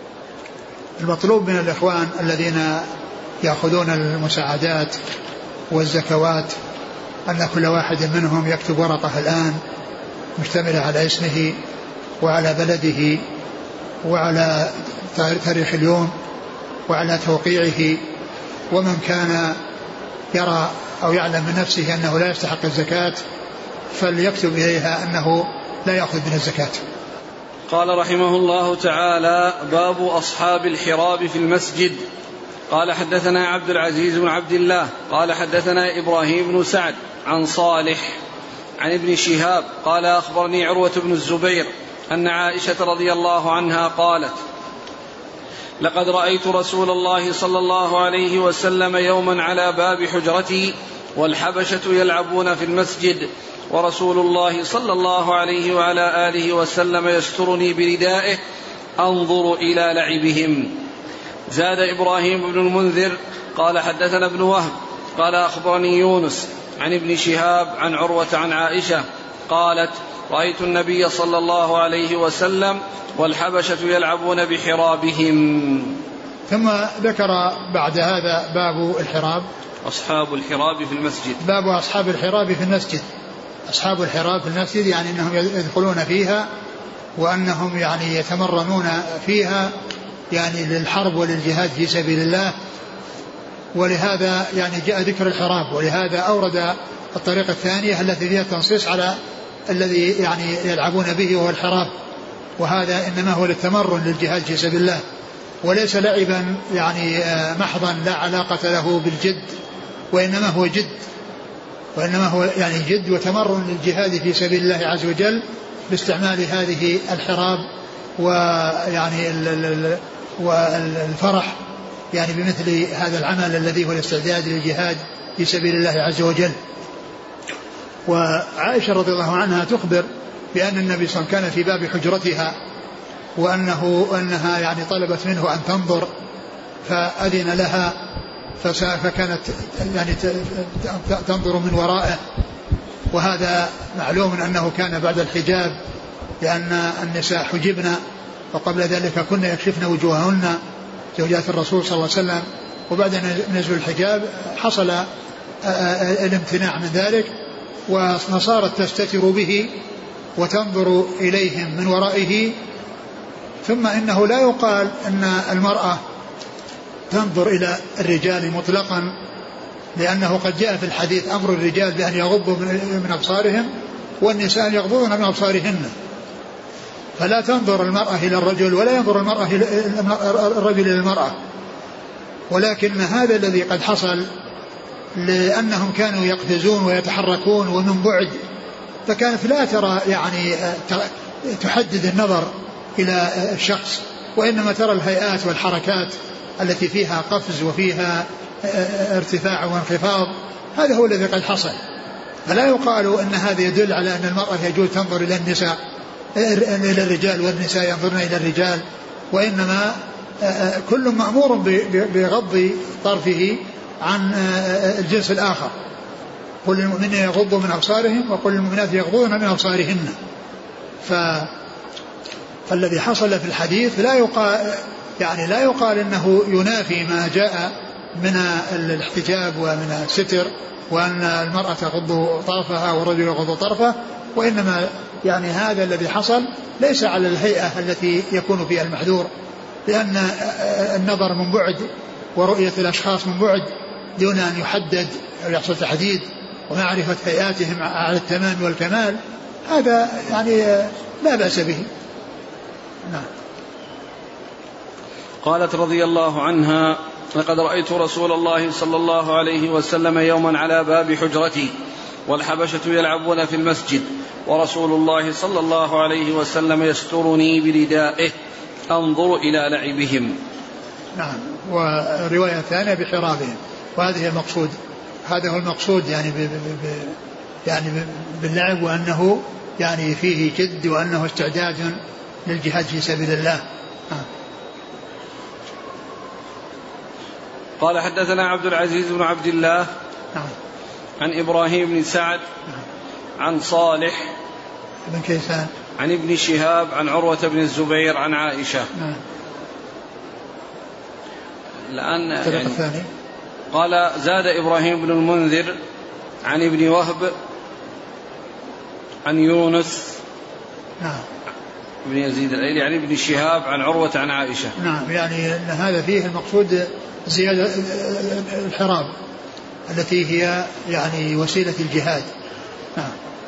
المطلوب من الإخوان الذين يأخذون المساعدات والزكوات، أن كل واحد منهم يكتب ورقة الآن مشتملة على اسمه وعلى بلده وعلى تاريخ اليوم وعلى توقيعه، ومن كان يرى أو يعلم من نفسه أنه لا يستحق الزكاة فليكتب إليها أنه لا يأخذ من الزكاة. قال رحمه الله تعالى: باب أصحاب الحراب في المسجد. قال حدثنا عبد العزيز بن عبد الله قال حدثنا إبراهيم بن سعد عن صالح عن ابن شهاب قال أخبرني عروة بن الزبير أن عائشة رضي الله عنها قالت: لقد رأيت رسول الله صلى الله عليه وسلم يوما على باب حجرتي والحبشة يلعبون في المسجد ورسول الله صلى الله عليه وعلى آله وسلم يسترني بردائه أنظر إلى لعبهم. زاد إبراهيم بن المنذر قال حدثنا ابن وهب قال أخبرني يونس عن ابن شهاب عن عروة عن عائشة قالت: رأيت النبي صلى الله عليه وسلم والحبشة يلعبون بحرابهم. ثم ذكر بعد هذا باب الحراب، أصحاب الحراب في المسجد. باب أصحاب الحراب في المسجد. أصحاب الحراب في المسجد يعني أنهم يدخلون فيها وأنهم يعني يتمرنون فيها يعني للحرب وللجهاد في سبيل الله، ولهذا يعني جاء ذكر الحراب، ولهذا أورد الطريقة الثانية التي فيها التنصيص على الذي يعني يلعبون به وهو الحراب، وهذا إنما هو للتمرن للجهاد في سبيل الله وليس لعبا يعني محضا لا علاقة له بالجد، وإنما هو جد وإنما هو يعني جد وتمرن للجهاد في سبيل الله عز وجل باستعمال هذه الحراب ويعني والفرح يعني بمثل هذا العمل الذي هو الاستعداد للجهاد في سبيل الله عز وجل. وعائشة رضي الله عنها تخبر بأن النبي صلى الله عليه وسلم كان في باب حجرتها وأنه أنها يعني طلبت منه أن تنظر فأذن لها فكانت يعني تنظر من ورائه، وهذا معلوم أنه كان بعد الحجاب لأن النساء حجبنا وقبل ذلك كنا يكشفن وجوههن زوجات الرسول صلى الله عليه وسلم، وبعد نزول الحجاب حصل الامتناع من ذلك وصارت تستتر به وتنظر إليهم من ورائه. ثم إنه لا يقال أن المرأة تنظر إلى الرجال مطلقا، لأنه قد جاء في الحديث أمر الرجال بأن يغضوا من أبصارهم والنساء يغضون من أبصارهن، فلا تنظر المرأة إلى الرجل ولا ينظر المرأة الرجل إلى المرأة، ولكن هذا الذي قد حصل لأنهم كانوا يقفزون ويتحركون ومن بعد، فكانت لا ترى يعني تحدد النظر إلى الشخص، وإنما ترى الهيئات والحركات التي فيها قفز وفيها ارتفاع وانخفاض. هذا هو الذي قد حصل، فلا يقال أن هذا يدل على أن المرأة يجوز تنظر إلى النساء إلى الرجال والنساء ينظرن إلى الرجال، وإنما كل مأمور بغض طرفه عن الجنس الآخر. قل للمؤمنين يغضوا من أبصارهم وقل للمؤمنات يغضون من أبصارهن. ف... فالذي حصل في الحديث لا يقال يعني لا يقال إنه ينافي ما جاء من الاحتجاب ومن الستر وأن المرأة تغض طرفها والرجل يغض طرفه، وإنما يعني هذا الذي حصل ليس على الهيئة التي يكون فيها المحذور، لأن النظر من بعد ورؤية الأشخاص من بعد دون أن يحدد أو يحصل تحديد ومعرفة هيئاتهم على التمام والكمال هذا يعني لا بأس به. نعم. قالت رضي الله عنها: لقد رأيت رسول الله صلى الله عليه وسلم يوما على باب حجرتي والحبشة يلعبون في المسجد ورسول الله صلى الله عليه وسلم يسترني بردائه أنظر إلى لعبهم. نعم. ورواية ثانية بحرابهم، وهذه المقصود هذا هو المقصود يعني ب ب ب يعني باللعب، وأنه يعني فيه جد وأنه استعداد للجهاد في سبيل الله. آه. قال حدثنا عبد العزيز بن عبد الله نعم. عن إبراهيم بن سعد نعم. عن صالح بن كيسان عن ابن شهاب عن عروة بن الزبير عن عائشة. نعم. الآن الطريق يعني الثاني قال زاد إبراهيم بن المنذر عن ابن وهب عن يونس نعم بن يزيد الأيلي عن ابن شهاب عن عروة عن عائشة. نعم يعني أن هذا فيه المقصود زيادة الحراب التي هي يعني وسيلة الجهاد. نعم.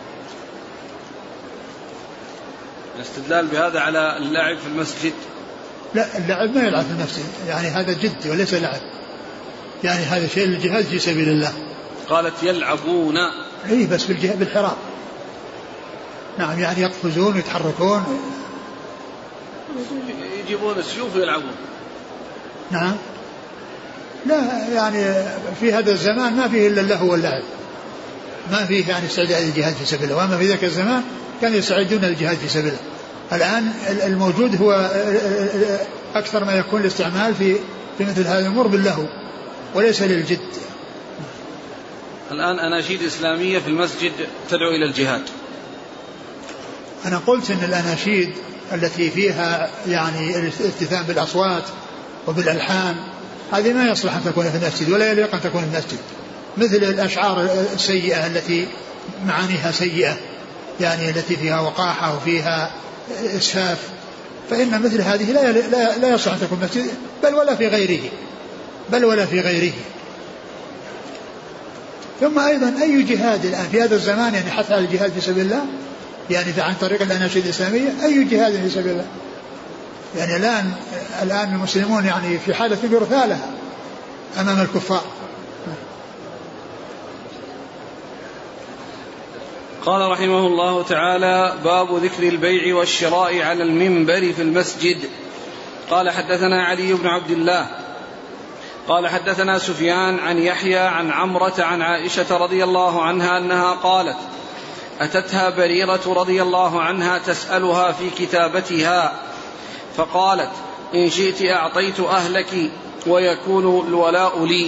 الاستدلال بهذا على اللعب في المسجد؟ لا اللعب ما يلعب في المسجد يعني هذا جد وليس لعب يعني هذا شيء للجهاد في سبيل الله. قالت يلعبون اي بس بالجهاد بالحراب. نعم يعني يقفزون ويتحركون يجيبون السيوف ويلعبون. نعم لا يعني في هذا الزمان ما فيه إلا اللهو واللعب ما فيه يعني استعداد الجهاد في سبيل الله. وأما في ذاك الزمان كانوا يستعدون للجهاد في سبيل الله. الآن الموجود هو أكثر ما يكون الاستعمال في في مثل هذه الأمور باللهو وليس للجد. الآن أناشيد إسلامية في المسجد تدعو إلى الجهاد. أنا قلت أن الأناشيد التي فيها يعني الالتزام بالأصوات وبالألحان هذه ما يصلح أن تكون في المسجد ولا يليق أن تكون في المسجد مثل الأشعار السيئة التي معانيها سيئة يعني التي فيها وقاحة وفيها إسفاف فإن مثل هذه لا لا لا يصلح أن تكون في المسجد بل ولا في غيره بل ولا في غيره. ثم أيضا أي جهاد الآن في هذا الزمان يعني حتى على الجهاد في سبيل الله يعني عن طريق الأناشيد الإسلامية أي جهاد في سبيل الله يعني الآن الآن المسلمون يعني في حالة برثالة أمام الكفار. قال رحمه الله تعالى باب ذكر البيع والشراء على المنبر في المسجد. قال حدثنا علي بن عبد الله قال حدثنا سفيان عن يحيى عن عمرة عن عائشة رضي الله عنها أنها قالت أتتها بريرة رضي الله عنها تسألها في كتابتها فقالت إن شئت أعطيت أهلك ويكون الولاء لي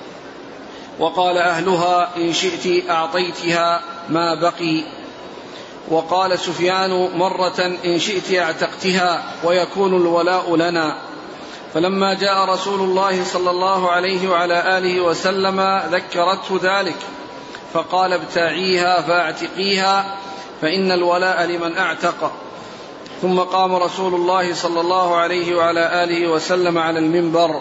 وقال أهلها إن شئت أعطيتها ما بقي. وقال سفيان مرة إن شئت أعتقتها ويكون الولاء لنا. فلما جاء رسول الله صلى الله عليه وعلى آله وسلم ذكرته ذلك فقال ابتاعيها فاعتقيها فإن الولاء لمن أعتق. ثم قام رسول الله صلى الله عليه وعلى آله وسلم على المنبر.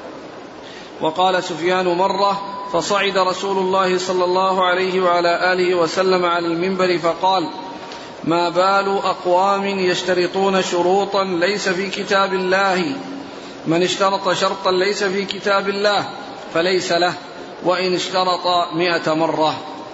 وقال سفيان مرة فصعد رسول الله صلى الله عليه وعلى آله وسلم على المنبر فقال ما بال أقوام يشترطون شروطا ليس في كتاب الله من اشترط شرطا ليس في كتاب الله فليس له وإن اشترط مئة مرة.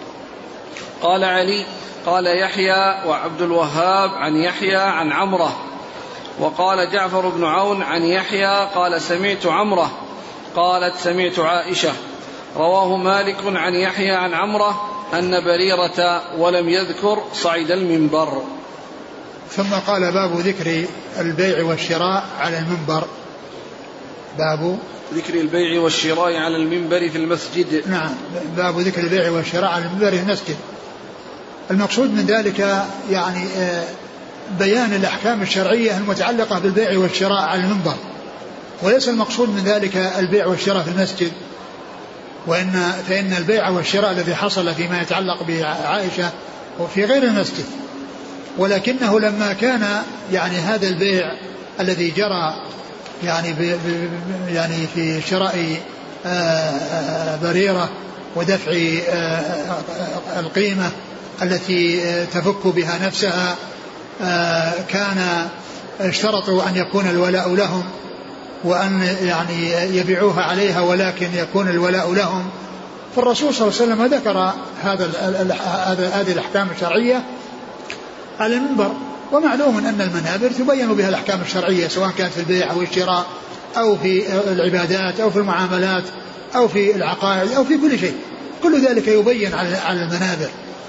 قال علي قال يحيى وعبد الوهاب عن يحيى عن عمرة. وقال جعفر بن عون عن يحيى قال سمعت عمرة قالت سمعت عائشة. رواه مالك عن يحيى عن عمرة أن بريرة ولم يذكر صعد المنبر. ثم قال باب ذكر البيع والشراء على المنبر. باب ذكر البيع والشراء على المنبر في المسجد. نعم باب ذكر البيع والشراء على المنبر في المسجد. المقصود من ذلك يعني بيان الأحكام الشرعية المتعلقة بالبيع والشراء على المنبر وليس المقصود من ذلك البيع والشراء في المسجد. وإن فإن البيع والشراء الذي حصل فيما يتعلق بعائشة وفي غير المسجد ولكنه لما كان يعني هذا البيع الذي جرى يعني ب يعني في شراء بريرة ودفع القيمة التي تفك بها نفسها كان اشترطوا أن يكون الولاء لهم وأن يعني يبيعوها عليها ولكن يكون الولاء لهم. فالرسول صلى الله عليه وسلم ذكر هذا هذه الأحكام الشرعية على المنبر. ومعلوم أن المنابر تبين بها الأحكام الشرعية سواء كانت في البيع أو الشراء أو في العبادات أو في المعاملات أو في العقائد أو في كل شيء كل ذلك يبين على المنابر.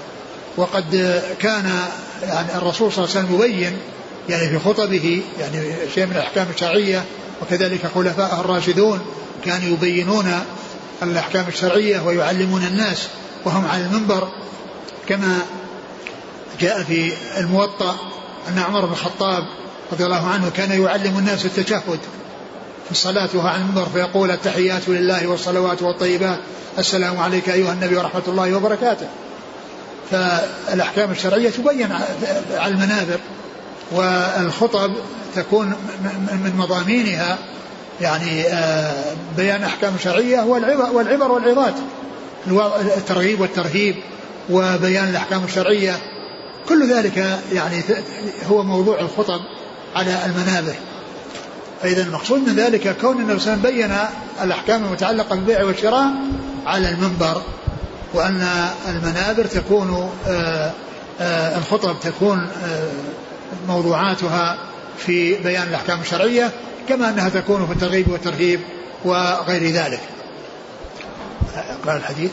وقد كان يعني الرسول صلى الله عليه وسلم يبين يعني في خطبه يعني شيء من الأحكام الشرعية وكذلك خلفاء الراشدون كانوا يبينون الأحكام الشرعية ويعلمون الناس وهم على المنبر كما جاء في الموطأ أن عمر بن الخطاب رضي الله عنه كان يعلم الناس التشهد في الصلاة وهو على المنبر فيقول التحيات لله والصلوات والطيبات السلام عليك أيها النبي ورحمة الله وبركاته. فالأحكام الشرعية تبين على المنابر، والخطب تكون من مضامينها يعني بيان أحكام شرعية والعبر والعظات، الترغيب والترهيب وبيان الأحكام الشرعية، كل ذلك يعني هو موضوع الخطب على المنابر. فإذا المقصود من ذلك كون النبي صلى الله عليه وسلم بين الأحكام المتعلقة بالبيع والشراء على المنبر، وأن المنابر تكون آآ آآ الخطب تكون موضوعاتها في بيان الأحكام الشرعية كما أنها تكون في الترغيب والترهيب وغير ذلك. قال الحديث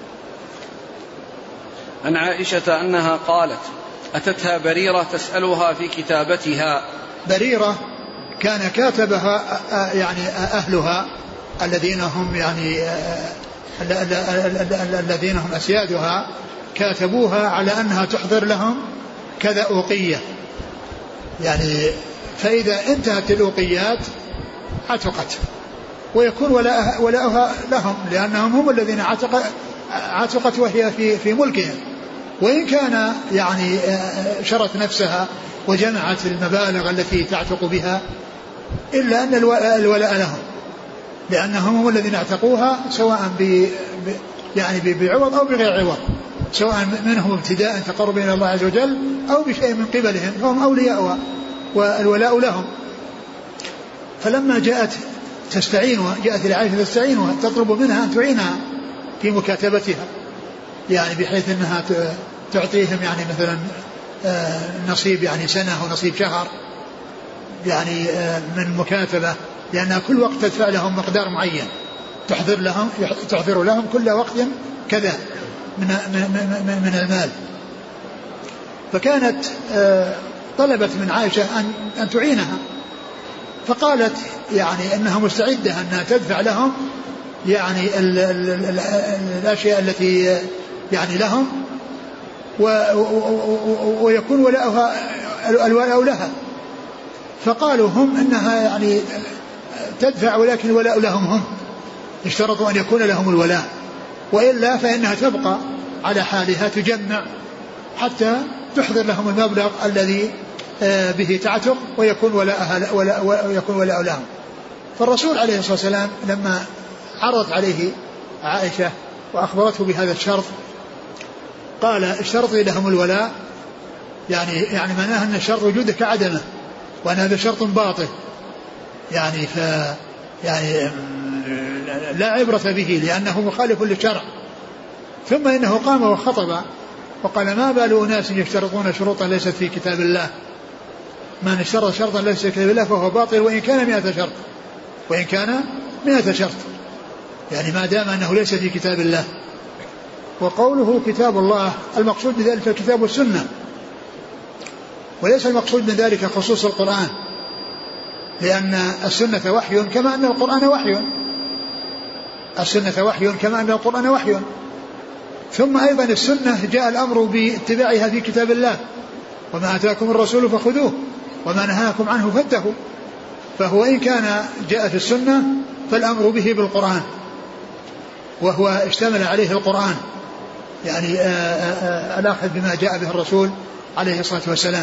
عن عائشة أنها قالت أتتها بريرة تسألها في كتابتها. بريرة كان كاتبها يعني أهلها الذين هم يعني الذين هم أسيادها، كاتبوها على أنها تحضر لهم كذا أوقية، يعني فإذا انتهت الأوقيات عتقت، ويكون ولاؤها لهم لأنهم هم الذين عتق عتقت وهي في في ملكهم، وإن كان يعني شرت نفسها وجمعت المبالغ التي تعتق بها إلا أن الولاء لهم، لأنهم هم الذين اعتقوها سواء ب يعني بعوض أو بغير عوض، سواء منهم ابتداء تقرب إلى الله عز وجل أو بشيء من قبلهم، فهم أولياء والولاء لهم. فلما جاءت تستعينها، جاءت إلى عائشة تستعينها تطلب منها أن تعينها في مكاتبتها، يعني بحيث أنها تعطيهم يعني مثلا نصيب يعني سنة ونصيب شهر يعني من مكاتبة، لأنها كل وقت تدفع لهم مقدار معين، تحضر لهم تحضر لهم كل وقت كذا من من من المال. فكانت طلبت من عائشة أن أن تعينها، فقالت يعني أنها مستعدة أنها تدفع لهم يعني ال ال ال الأشياء التي يعني لهم، ويكون ولاؤها الولاء لها. فقالوا هم إنها يعني تدفع ولكن الولاء لهم هم، اشترطوا أن يكون لهم الولاء، وإلا فإنها تبقى على حالها تجمع حتى تحضر لهم المبلغ الذي به تعتق ويكون ولاءها ويكون ولاء لهم. فالرسول عليه الصلاة والسلام لما عرضت عليه عائشة وأخبرته بهذا الشرط قال اشترطي لهم الولاء، يعني يعني معناه أن الشرط وجوده كعدمه، وأن هذا شرط باطل، يعني ف يعني لا عبرة به لأنه مخالف للشرع. ثم إنه قام وخطب وقال ما بال أناس يشترطون شروطا ليست في كتاب الله، من اشترط شرطا ليس في كتاب الله فهو باطل وإن كان مئة شرط، وإن كان مئة شرط، يعني ما دام أنه ليس في كتاب الله. وقوله كتاب الله المقصود بذلك الكتاب والسنة، وليس المقصود من ذلك خصوص القرآن، لأن السنة وحي كما أن القرآن وحي، السنة وحي كما أن القرآن وحي. ثم أيضا السنة جاء الأمر باتباعها في كتاب الله، وما أتاكم الرسول فخذوه وما نهاكم عنه فانتهوا. فهو إن كان جاء في السنة فالأمر به بالقرآن، وهو اشتمل عليه القرآن، يعني الأخذ بما جاء به الرسول عليه الصلاة والسلام.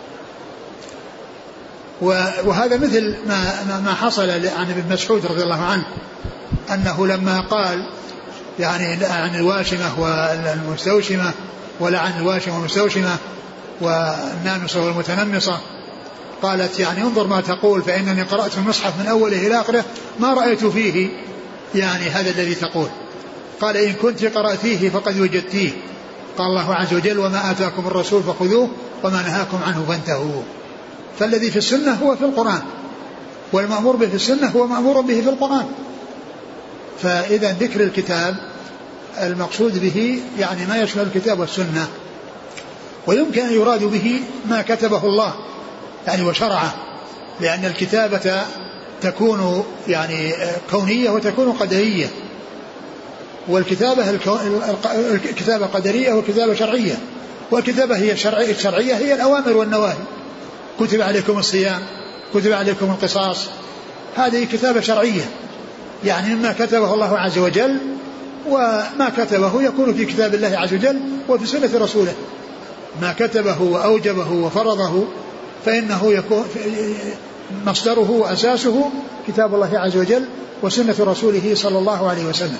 وهذا مثل ما ما حصل عن ابن مسعود رضي الله عنه، أنه لما قال يعني عن الواشمة والمستوشمة ولعن الواشمة والمستوشمة والنامصة والمتنمصة، قالت يعني انظر ما تقول فإنني قرأت المصحف من أوله إلى آخره ما رأيت فيه يعني هذا الذي تقول. قال إن كنت قرأتيه فقد وجدتيه، قال الله عز وجل وما آتاكم الرسول فخذوه وما نهاكم عنه فانتهوا. فالذي في السنة هو في القرآن، والمأمور به في السنة هو مأمور به في القرآن. فإذا ذكر الكتاب المقصود به يعني ما يشمل الكتاب والسنة، ويمكن أن يراد به ما كتبه الله يعني وشرعه، لأن الكتابة تكون يعني كونية وتكون قدرية، والكتابة الكتابة قدرية والكتابة شرعية. والكتابة هي الشرعية هي الأوامر والنواهي، كتب عليكم الصيام، كتب عليكم القصاص، هذه كتابة شرعية، يعني مما كتبه الله عز وجل، وما كتبه يكون في كتاب الله عز وجل وفي سنة رسوله. ما كتبه وأوجبه وفرضه فإنه يكون مصدره وأساسه كتاب الله عز وجل وسنة رسوله صلى الله عليه وسلم.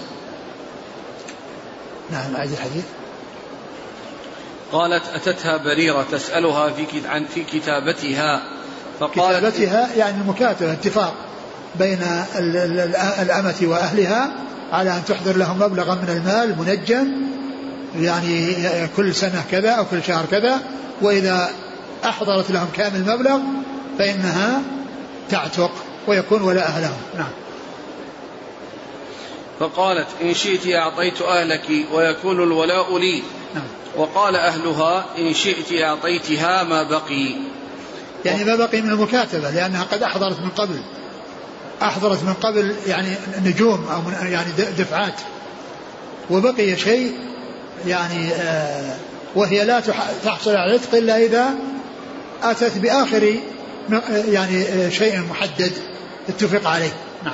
نعم. أعيد الحديث. قالت أتتها بريرة تسألها في عن في كتابتها فقالت كتابتها يعني المكاتبة، اتفاق بين الأمة وأهلها على أن تحضر لهم مبلغا من المال منجم، يعني كل سنة كذا أو كل شهر كذا، وإذا أحضرت لهم كامل المبلغ فإنها تعتق ويكون ولاء لهم. نعم. فقالت إن شئت أعطيت أهلك ويكون الولاء لي. نعم. وقال أهلها إن شئت أعطيتها ما بقي، يعني ما بقي من المكاتبة، لأنها قد أحضرت من قبل أحضرت من قبل يعني نجوم أو من يعني دفعات، وبقي شيء يعني آه وهي لا تحصل على العتق إلا إذا أتت بآخر يعني شيء محدد اتفق عليه. نعم.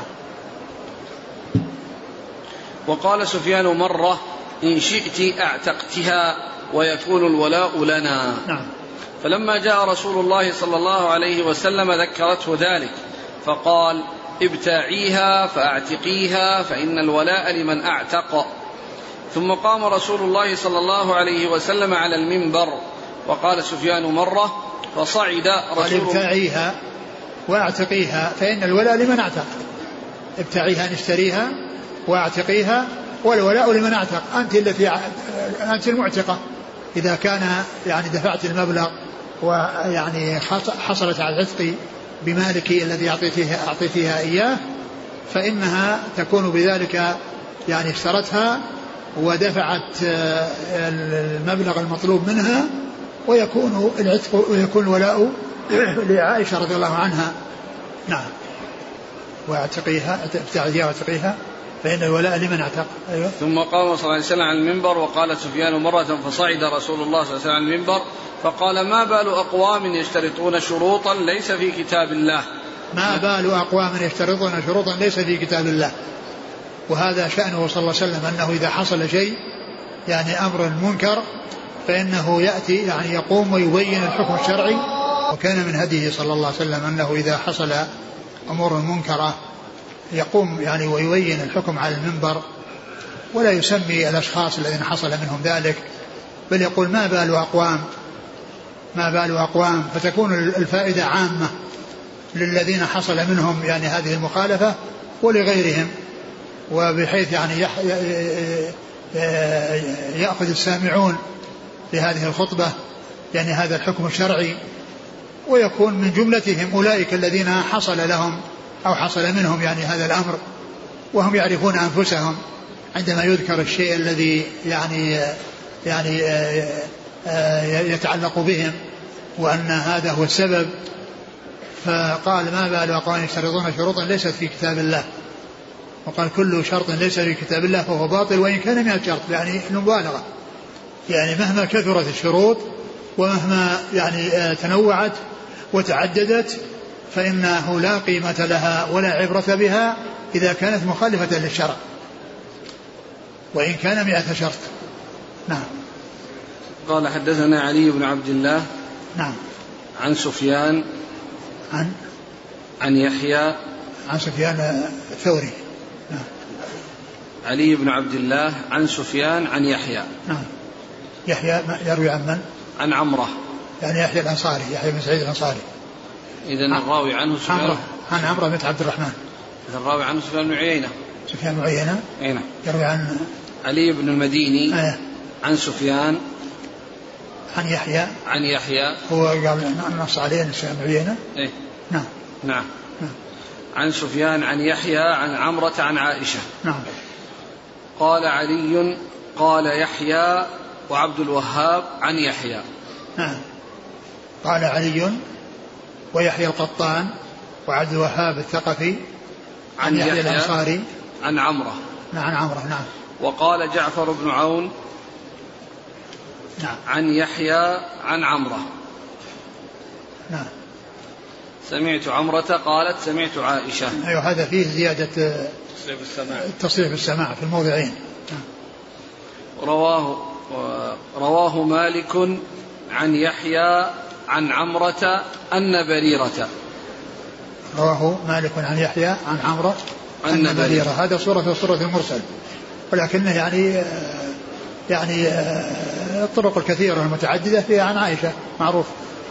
وقال سفيان مرة إن شئت أعتقتها ويكون الولاء لنا. نعم. فلما جاء رسول الله صلى الله عليه وسلم ذكرته ذلك فقال ابتاعيها فاعتقيها فإن الولاء لمن أعتق. ثم قام رسول الله صلى الله عليه وسلم على المنبر وقال سفيان مرة فصعد رسول الله ابتاعيها واعتقيها فإن الولاء لمن أعتق. ابتاعيها نشتريها واعتقيها والولاء لمن أعتق. أنت التي أنت المعتقة إذا كان يعني دفعت المبلغ ويعني حصلت على العتق بمالك الذي أعطيتها أعطيتها إياه فإنها تكون بذلك يعني اشترتها ودفعت المبلغ المطلوب منها ويكون العتق ويكون الولاء لعائشة رضي الله عنها. نعم. واعتقيها ابتاعيها واعتقيها فإن الولاء لمن اعتق. أيوة. ثم قام صلى الله عليه وسلم على المنبر وقال سفيان مرة فصعد رسول الله صلى الله عليه وسلم على المنبر فقال ما بال أقوام يشترطون شروطا ليس في كتاب الله. ما بال أقوام يشترطون شروطا ليس في كتاب الله. وهذا شأنه صلى الله عليه وسلم أنه إذا حصل شيء يعني أمر منكر فإنه يأتي يعني يقوم ويبين الحكم الشرعي. وكان من هديه صلى الله عليه وسلم أنه إذا حصل أمور منكرة يقوم يعني ويبين الحكم على المنبر ولا يسمي الأشخاص الذين حصل منهم ذلك بل يقول ما بال أقوام ما بال أقوام فتكون الفائدة عامة للذين حصل منهم يعني هذه المخالفة ولغيرهم وبحيث يعني يأخذ السامعون لهذه الخطبة يعني هذا الحكم الشرعي ويكون من جملتهم أولئك الذين حصل لهم أو حصل منهم يعني هذا الأمر وهم يعرفون أنفسهم عندما يذكر الشيء الذي يعني يعني يتعلق بهم وأن هذا هو السبب. فقال ما بال أقوام يشترطون شروطا ليست في كتاب الله. وقال كل شرط ليس في كتاب الله فهو باطل وإن كان مئة شرط يعني المبالغة يعني مهما كثرت الشروط ومهما يعني تنوعت وتعددت فإنه لا قيمة لها ولا عبرة بها إذا كانت مخالفة للشرع وإن كان مئة شرط. نعم. قال حدثنا علي بن عبد الله. نعم. عن سفيان عن عن يحيى عن سفيان الثوري. نعم. علي بن عبد الله عن سفيان عن يحيى. نعم. يحيى يروي عن من؟ عن عمرة يعني يحيى الأنصاري يحيى بن سعيد الأنصاري. إذن الراوي عنه سفيان عن عمرو بن عبد الرحمن. إذن الراوي عنه سفيان بن عيينة. سفيان بن عيينة. أين؟ يروي عن علي بن المديني. آه. عن سفيان عن يحيى. عن يحيى. هو قال نص عليه سفيان بن عيينة. إيه. نعم. نعم. نعم. عن سفيان عن يحيى عن عمرة عن عائشة. نعم. قال علي قال يحيى وعبد الوهاب عن يحيى. نعم. قال علي ويحيى القطان وعبد الوهاب الثقفي عن, عن يحيى الأنصاري عن عمرة. نعم. عن عمرة. نعم. وقال جعفر بن عون. نعم. عن يحيى عن عمرة. نعم. سمعت عمرة قالت سمعت عائشة. أيوة هذا فيه زيادة تصريف السماع تصريف السماع في الموضعين. رواه رواه مالك عن يحيى عن عمرة أن بريرة. رواه مالك عن يحيى عن عمرة أن بريرة. هذا صورة صورة المرسل، ولكنه يعني يعني الطرق الكثيرة المتعددة فيها عن عائشة معروف.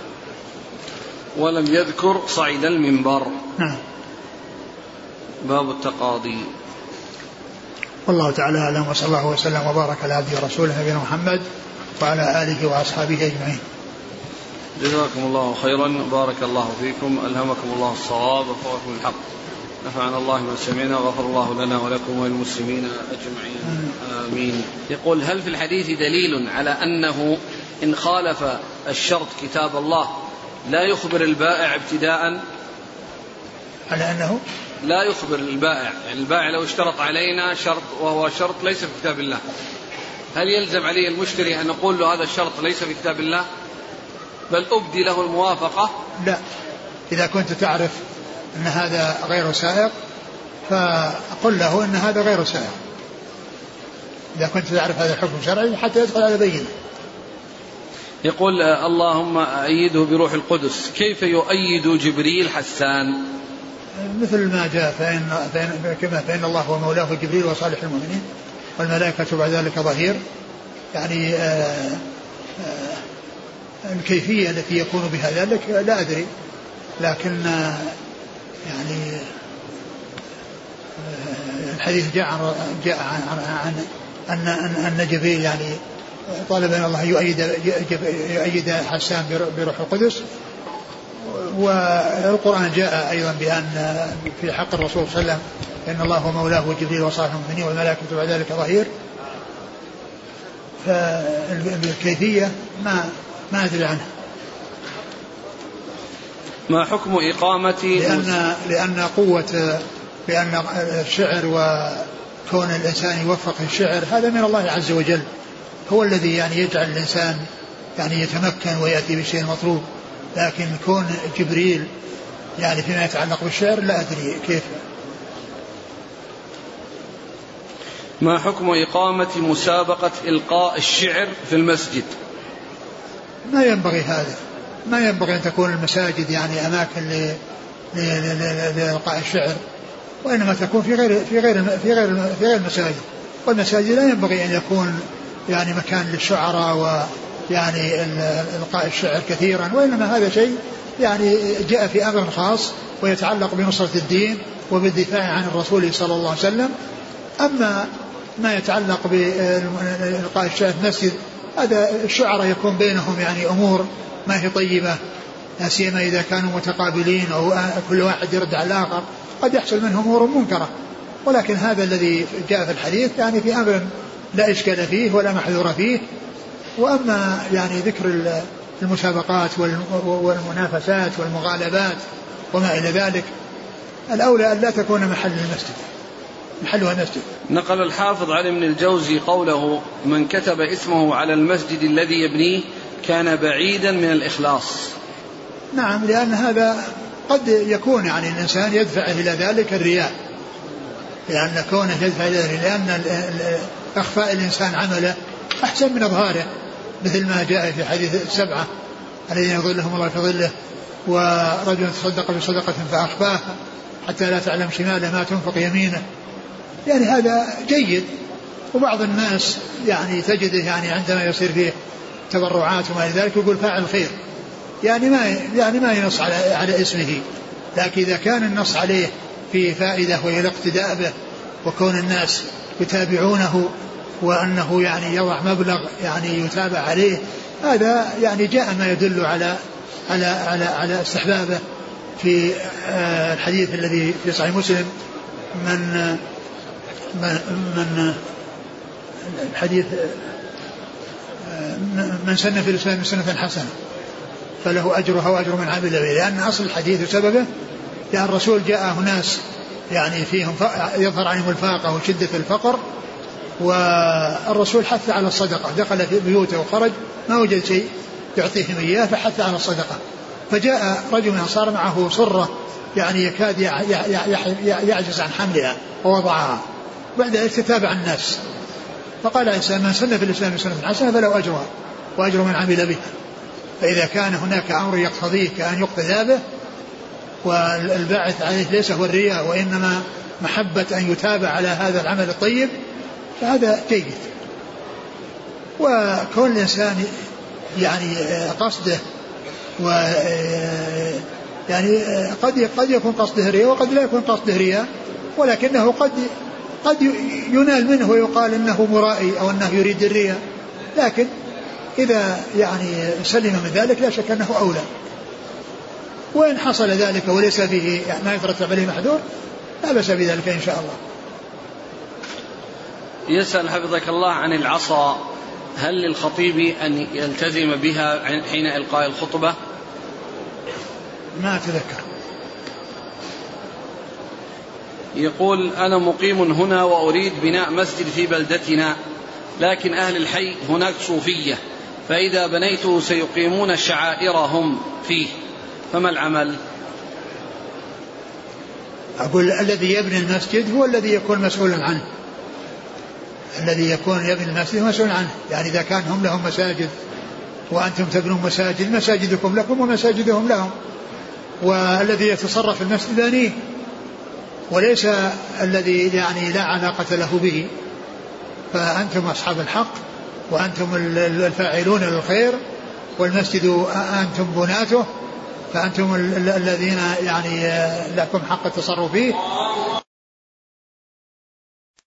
ولم يذكر صعيد المنبر. نعم. باب التقاضي. والله تعالى أعلم، وصلى الله وسلم وبارك على عبده ورسوله نبينا محمد وعلى آله وأصحابه أجمعين. جزاكم الله خيرا، بارك الله فيكم، ألهمكم الله الصواب وفقكم الحق، نفعنا الله ما سمعنا وغفر الله لنا ولكم وللمسلمين أجمعين آمين. يقول: هل في الحديث دليل على أنه إن خالف الشرط كتاب الله لا يخبر البائع ابتداء؟ على أنه لا يخبر البائع، يعني البائع لو اشترط علينا شرط وهو شرط ليس في كتاب الله، هل يلزم عليه المشتري أن نقول له هذا الشرط ليس في كتاب الله، بل أبدي له الموافقة؟ لا، إذا كنت تعرف أن هذا غير سائق فأقول له أن هذا غير سائق، إذا كنت تعرف هذا الحكم الشرعي حتى يدخل على بينه. يقول: اللهم أيده بروح القدس، كيف يؤيد جبريل حسان؟ مثل ما جاء فإن, فإن, كما فإن الله هو مولاه جبريل وصالح المؤمنين والملائكة بعد ذلك ظهير. يعني آآ آآ الكيفية التي يكون بها ذلك لا أدري، لكن يعني الحديث جاء عن جاء عن, عن أن أن جبريل يعني طالب من الله يؤيد يؤيد حسان بروح القدس. والقرآن جاء أيضا بأن في حق الرسول صلى الله عليه وسلم إن الله هو مولاه وجبريل وصالح المؤمنين والملائكة بعد ذلك ظهير. فالكيفية ما ما أدري عنها. ما حكم إقامة؟ لأن لأن قوة لأن الشعر وكون الإنسان يوفق الشعر هذا من الله عز وجل، هو الذي يعني يجعل الإنسان يعني يتمكن ويأتي بالشيء المطلوب. لكن كون جبريل يعني فيما يتعلق بالشعر لا أدري كيف. ما حكم إقامة مسابقة إلقاء الشعر في المسجد؟ ما ينبغي هذا، ما ينبغي أن تكون المساجد يعني أماكن لإلقاء الشعر، وإنما تكون في غير في غير في غير في غير المساجد. والمساجد لا ينبغي أن يكون يعني مكان للشعراء ويعني إلقاء الشعر كثيرا، وإنما هذا شيء يعني جاء في أمر خاص ويتعلق بنصرة الدين وبالدفاع عن الرسول صلى الله عليه وسلم. أما ما يتعلق بإلقاء الشعر في المسجد هذا الشعراء يكون بينهم يعني أمور ما هي طيبة، لا سيما إذا كانوا متقابلين أو كل واحد يرد على الآخر قد يحصل منهم أمور منكرة. ولكن هذا الذي جاء في الحديث يعني في أمر لا إشكال فيه ولا محذور فيه. وأما يعني ذكر المسابقات والمنافسات والمغالبات وما إلى ذلك الأولى أن لا تكون محل المسجد محلها المسجد. نقل الحافظ علي بن الجوزي قوله: من كتب اسمه على المسجد الذي يبنيه كان بعيدا من الإخلاص. نعم، لأن هذا قد يكون يعني الإنسان يدفع إلى ذلك الرياء، لأن كونه يدفع إلى ذلك لأن أخفاء الإنسان عمله أحسن من إظهاره، مثل ما جاء في حديث السبعة الذين يظلهم الله في ظله، ورجل تصدق بصدقة فأخفاها حتى لا تعلم شماله ما تنفق يمينه. يعني هذا جيد. وبعض الناس يعني تجده يعني عندما يصير فيه تبرعات وما إلى ذلك يقول فاعل خير، يعني ما يعني ما ينص على على اسمه. لكن إذا كان النص عليه في فائدة وهي الاقتداء به وكون الناس يتابعونه وأنه يعني يضع مبلغ يعني يتابع عليه، هذا يعني جاء ما يدل على على على على استحبابه. في الحديث الذي في صحيح مسلم من من, من الحديث من سن في الإسلام سنة حسنة فله أجرها وأجر من عمل به، لأن أصل الحديث وسببه لأن الرسول جاء ناس يعني فيهم يظهر عنهم الفاقة وشدة الفقر، والرسول حث على الصدقة، دخل في بيوته وخرج ما وجد شيء يعطيهم إياه فحث على الصدقة. فجاء رجل من الأنصار معه صرة يعني يكاد يعجز عن حملها ووضعها، بعد ذلك تتابع الناس، فقال عيسى من سن في الإسلام سنة حسنة فله أجرها وأجر من عمل بها. فإذا كان هناك أمر يقتضيه كأن يقتدى به والباعث عليه ليس هو الرياء وإنما محبة أن يتابع على هذا العمل الطيب فهذا جيد. وكون الإنسان يعني قصده و يعني قد قد يكون قصده رياء وقد لا يكون قصده رياء، ولكنه قد قد ينال منه ويقال انه مرائي او انه يريد الرياء، لكن اذا يعني سلم من ذلك لا شك انه اولى. وان حصل ذلك وليس به يعني ما يترتب عليه محذور لا بأس بذلك ان شاء الله. يسأل حفظك الله عن العصا، هل للخطيب أن يلتزم بها حين إلقاء الخطبة؟ ما أتذكر. يقول أنا مقيم هنا وأريد بناء مسجد في بلدتنا، لكن أهل الحي هناك صوفية، فإذا بنيته سيقيمون شعائرهم فيه، فما العمل؟ أقول الذي يبني المسجد هو الذي يكون مسؤولا عنه، الذي يكون يبني المسجد مسؤول عنه. يعني إذا كان هم لهم مساجد وأنتم تبنون مساجد، مساجدكم لكم ومساجدهم لهم، والذي يتصرف المسجد بنيه وليس الذي يعني لا علاقة له به. فأنتم أصحاب الحق وأنتم الفاعلون للخير، والمسجد أنتم بناته، فأنتم الذين يعني لكم حق التصرف فيه،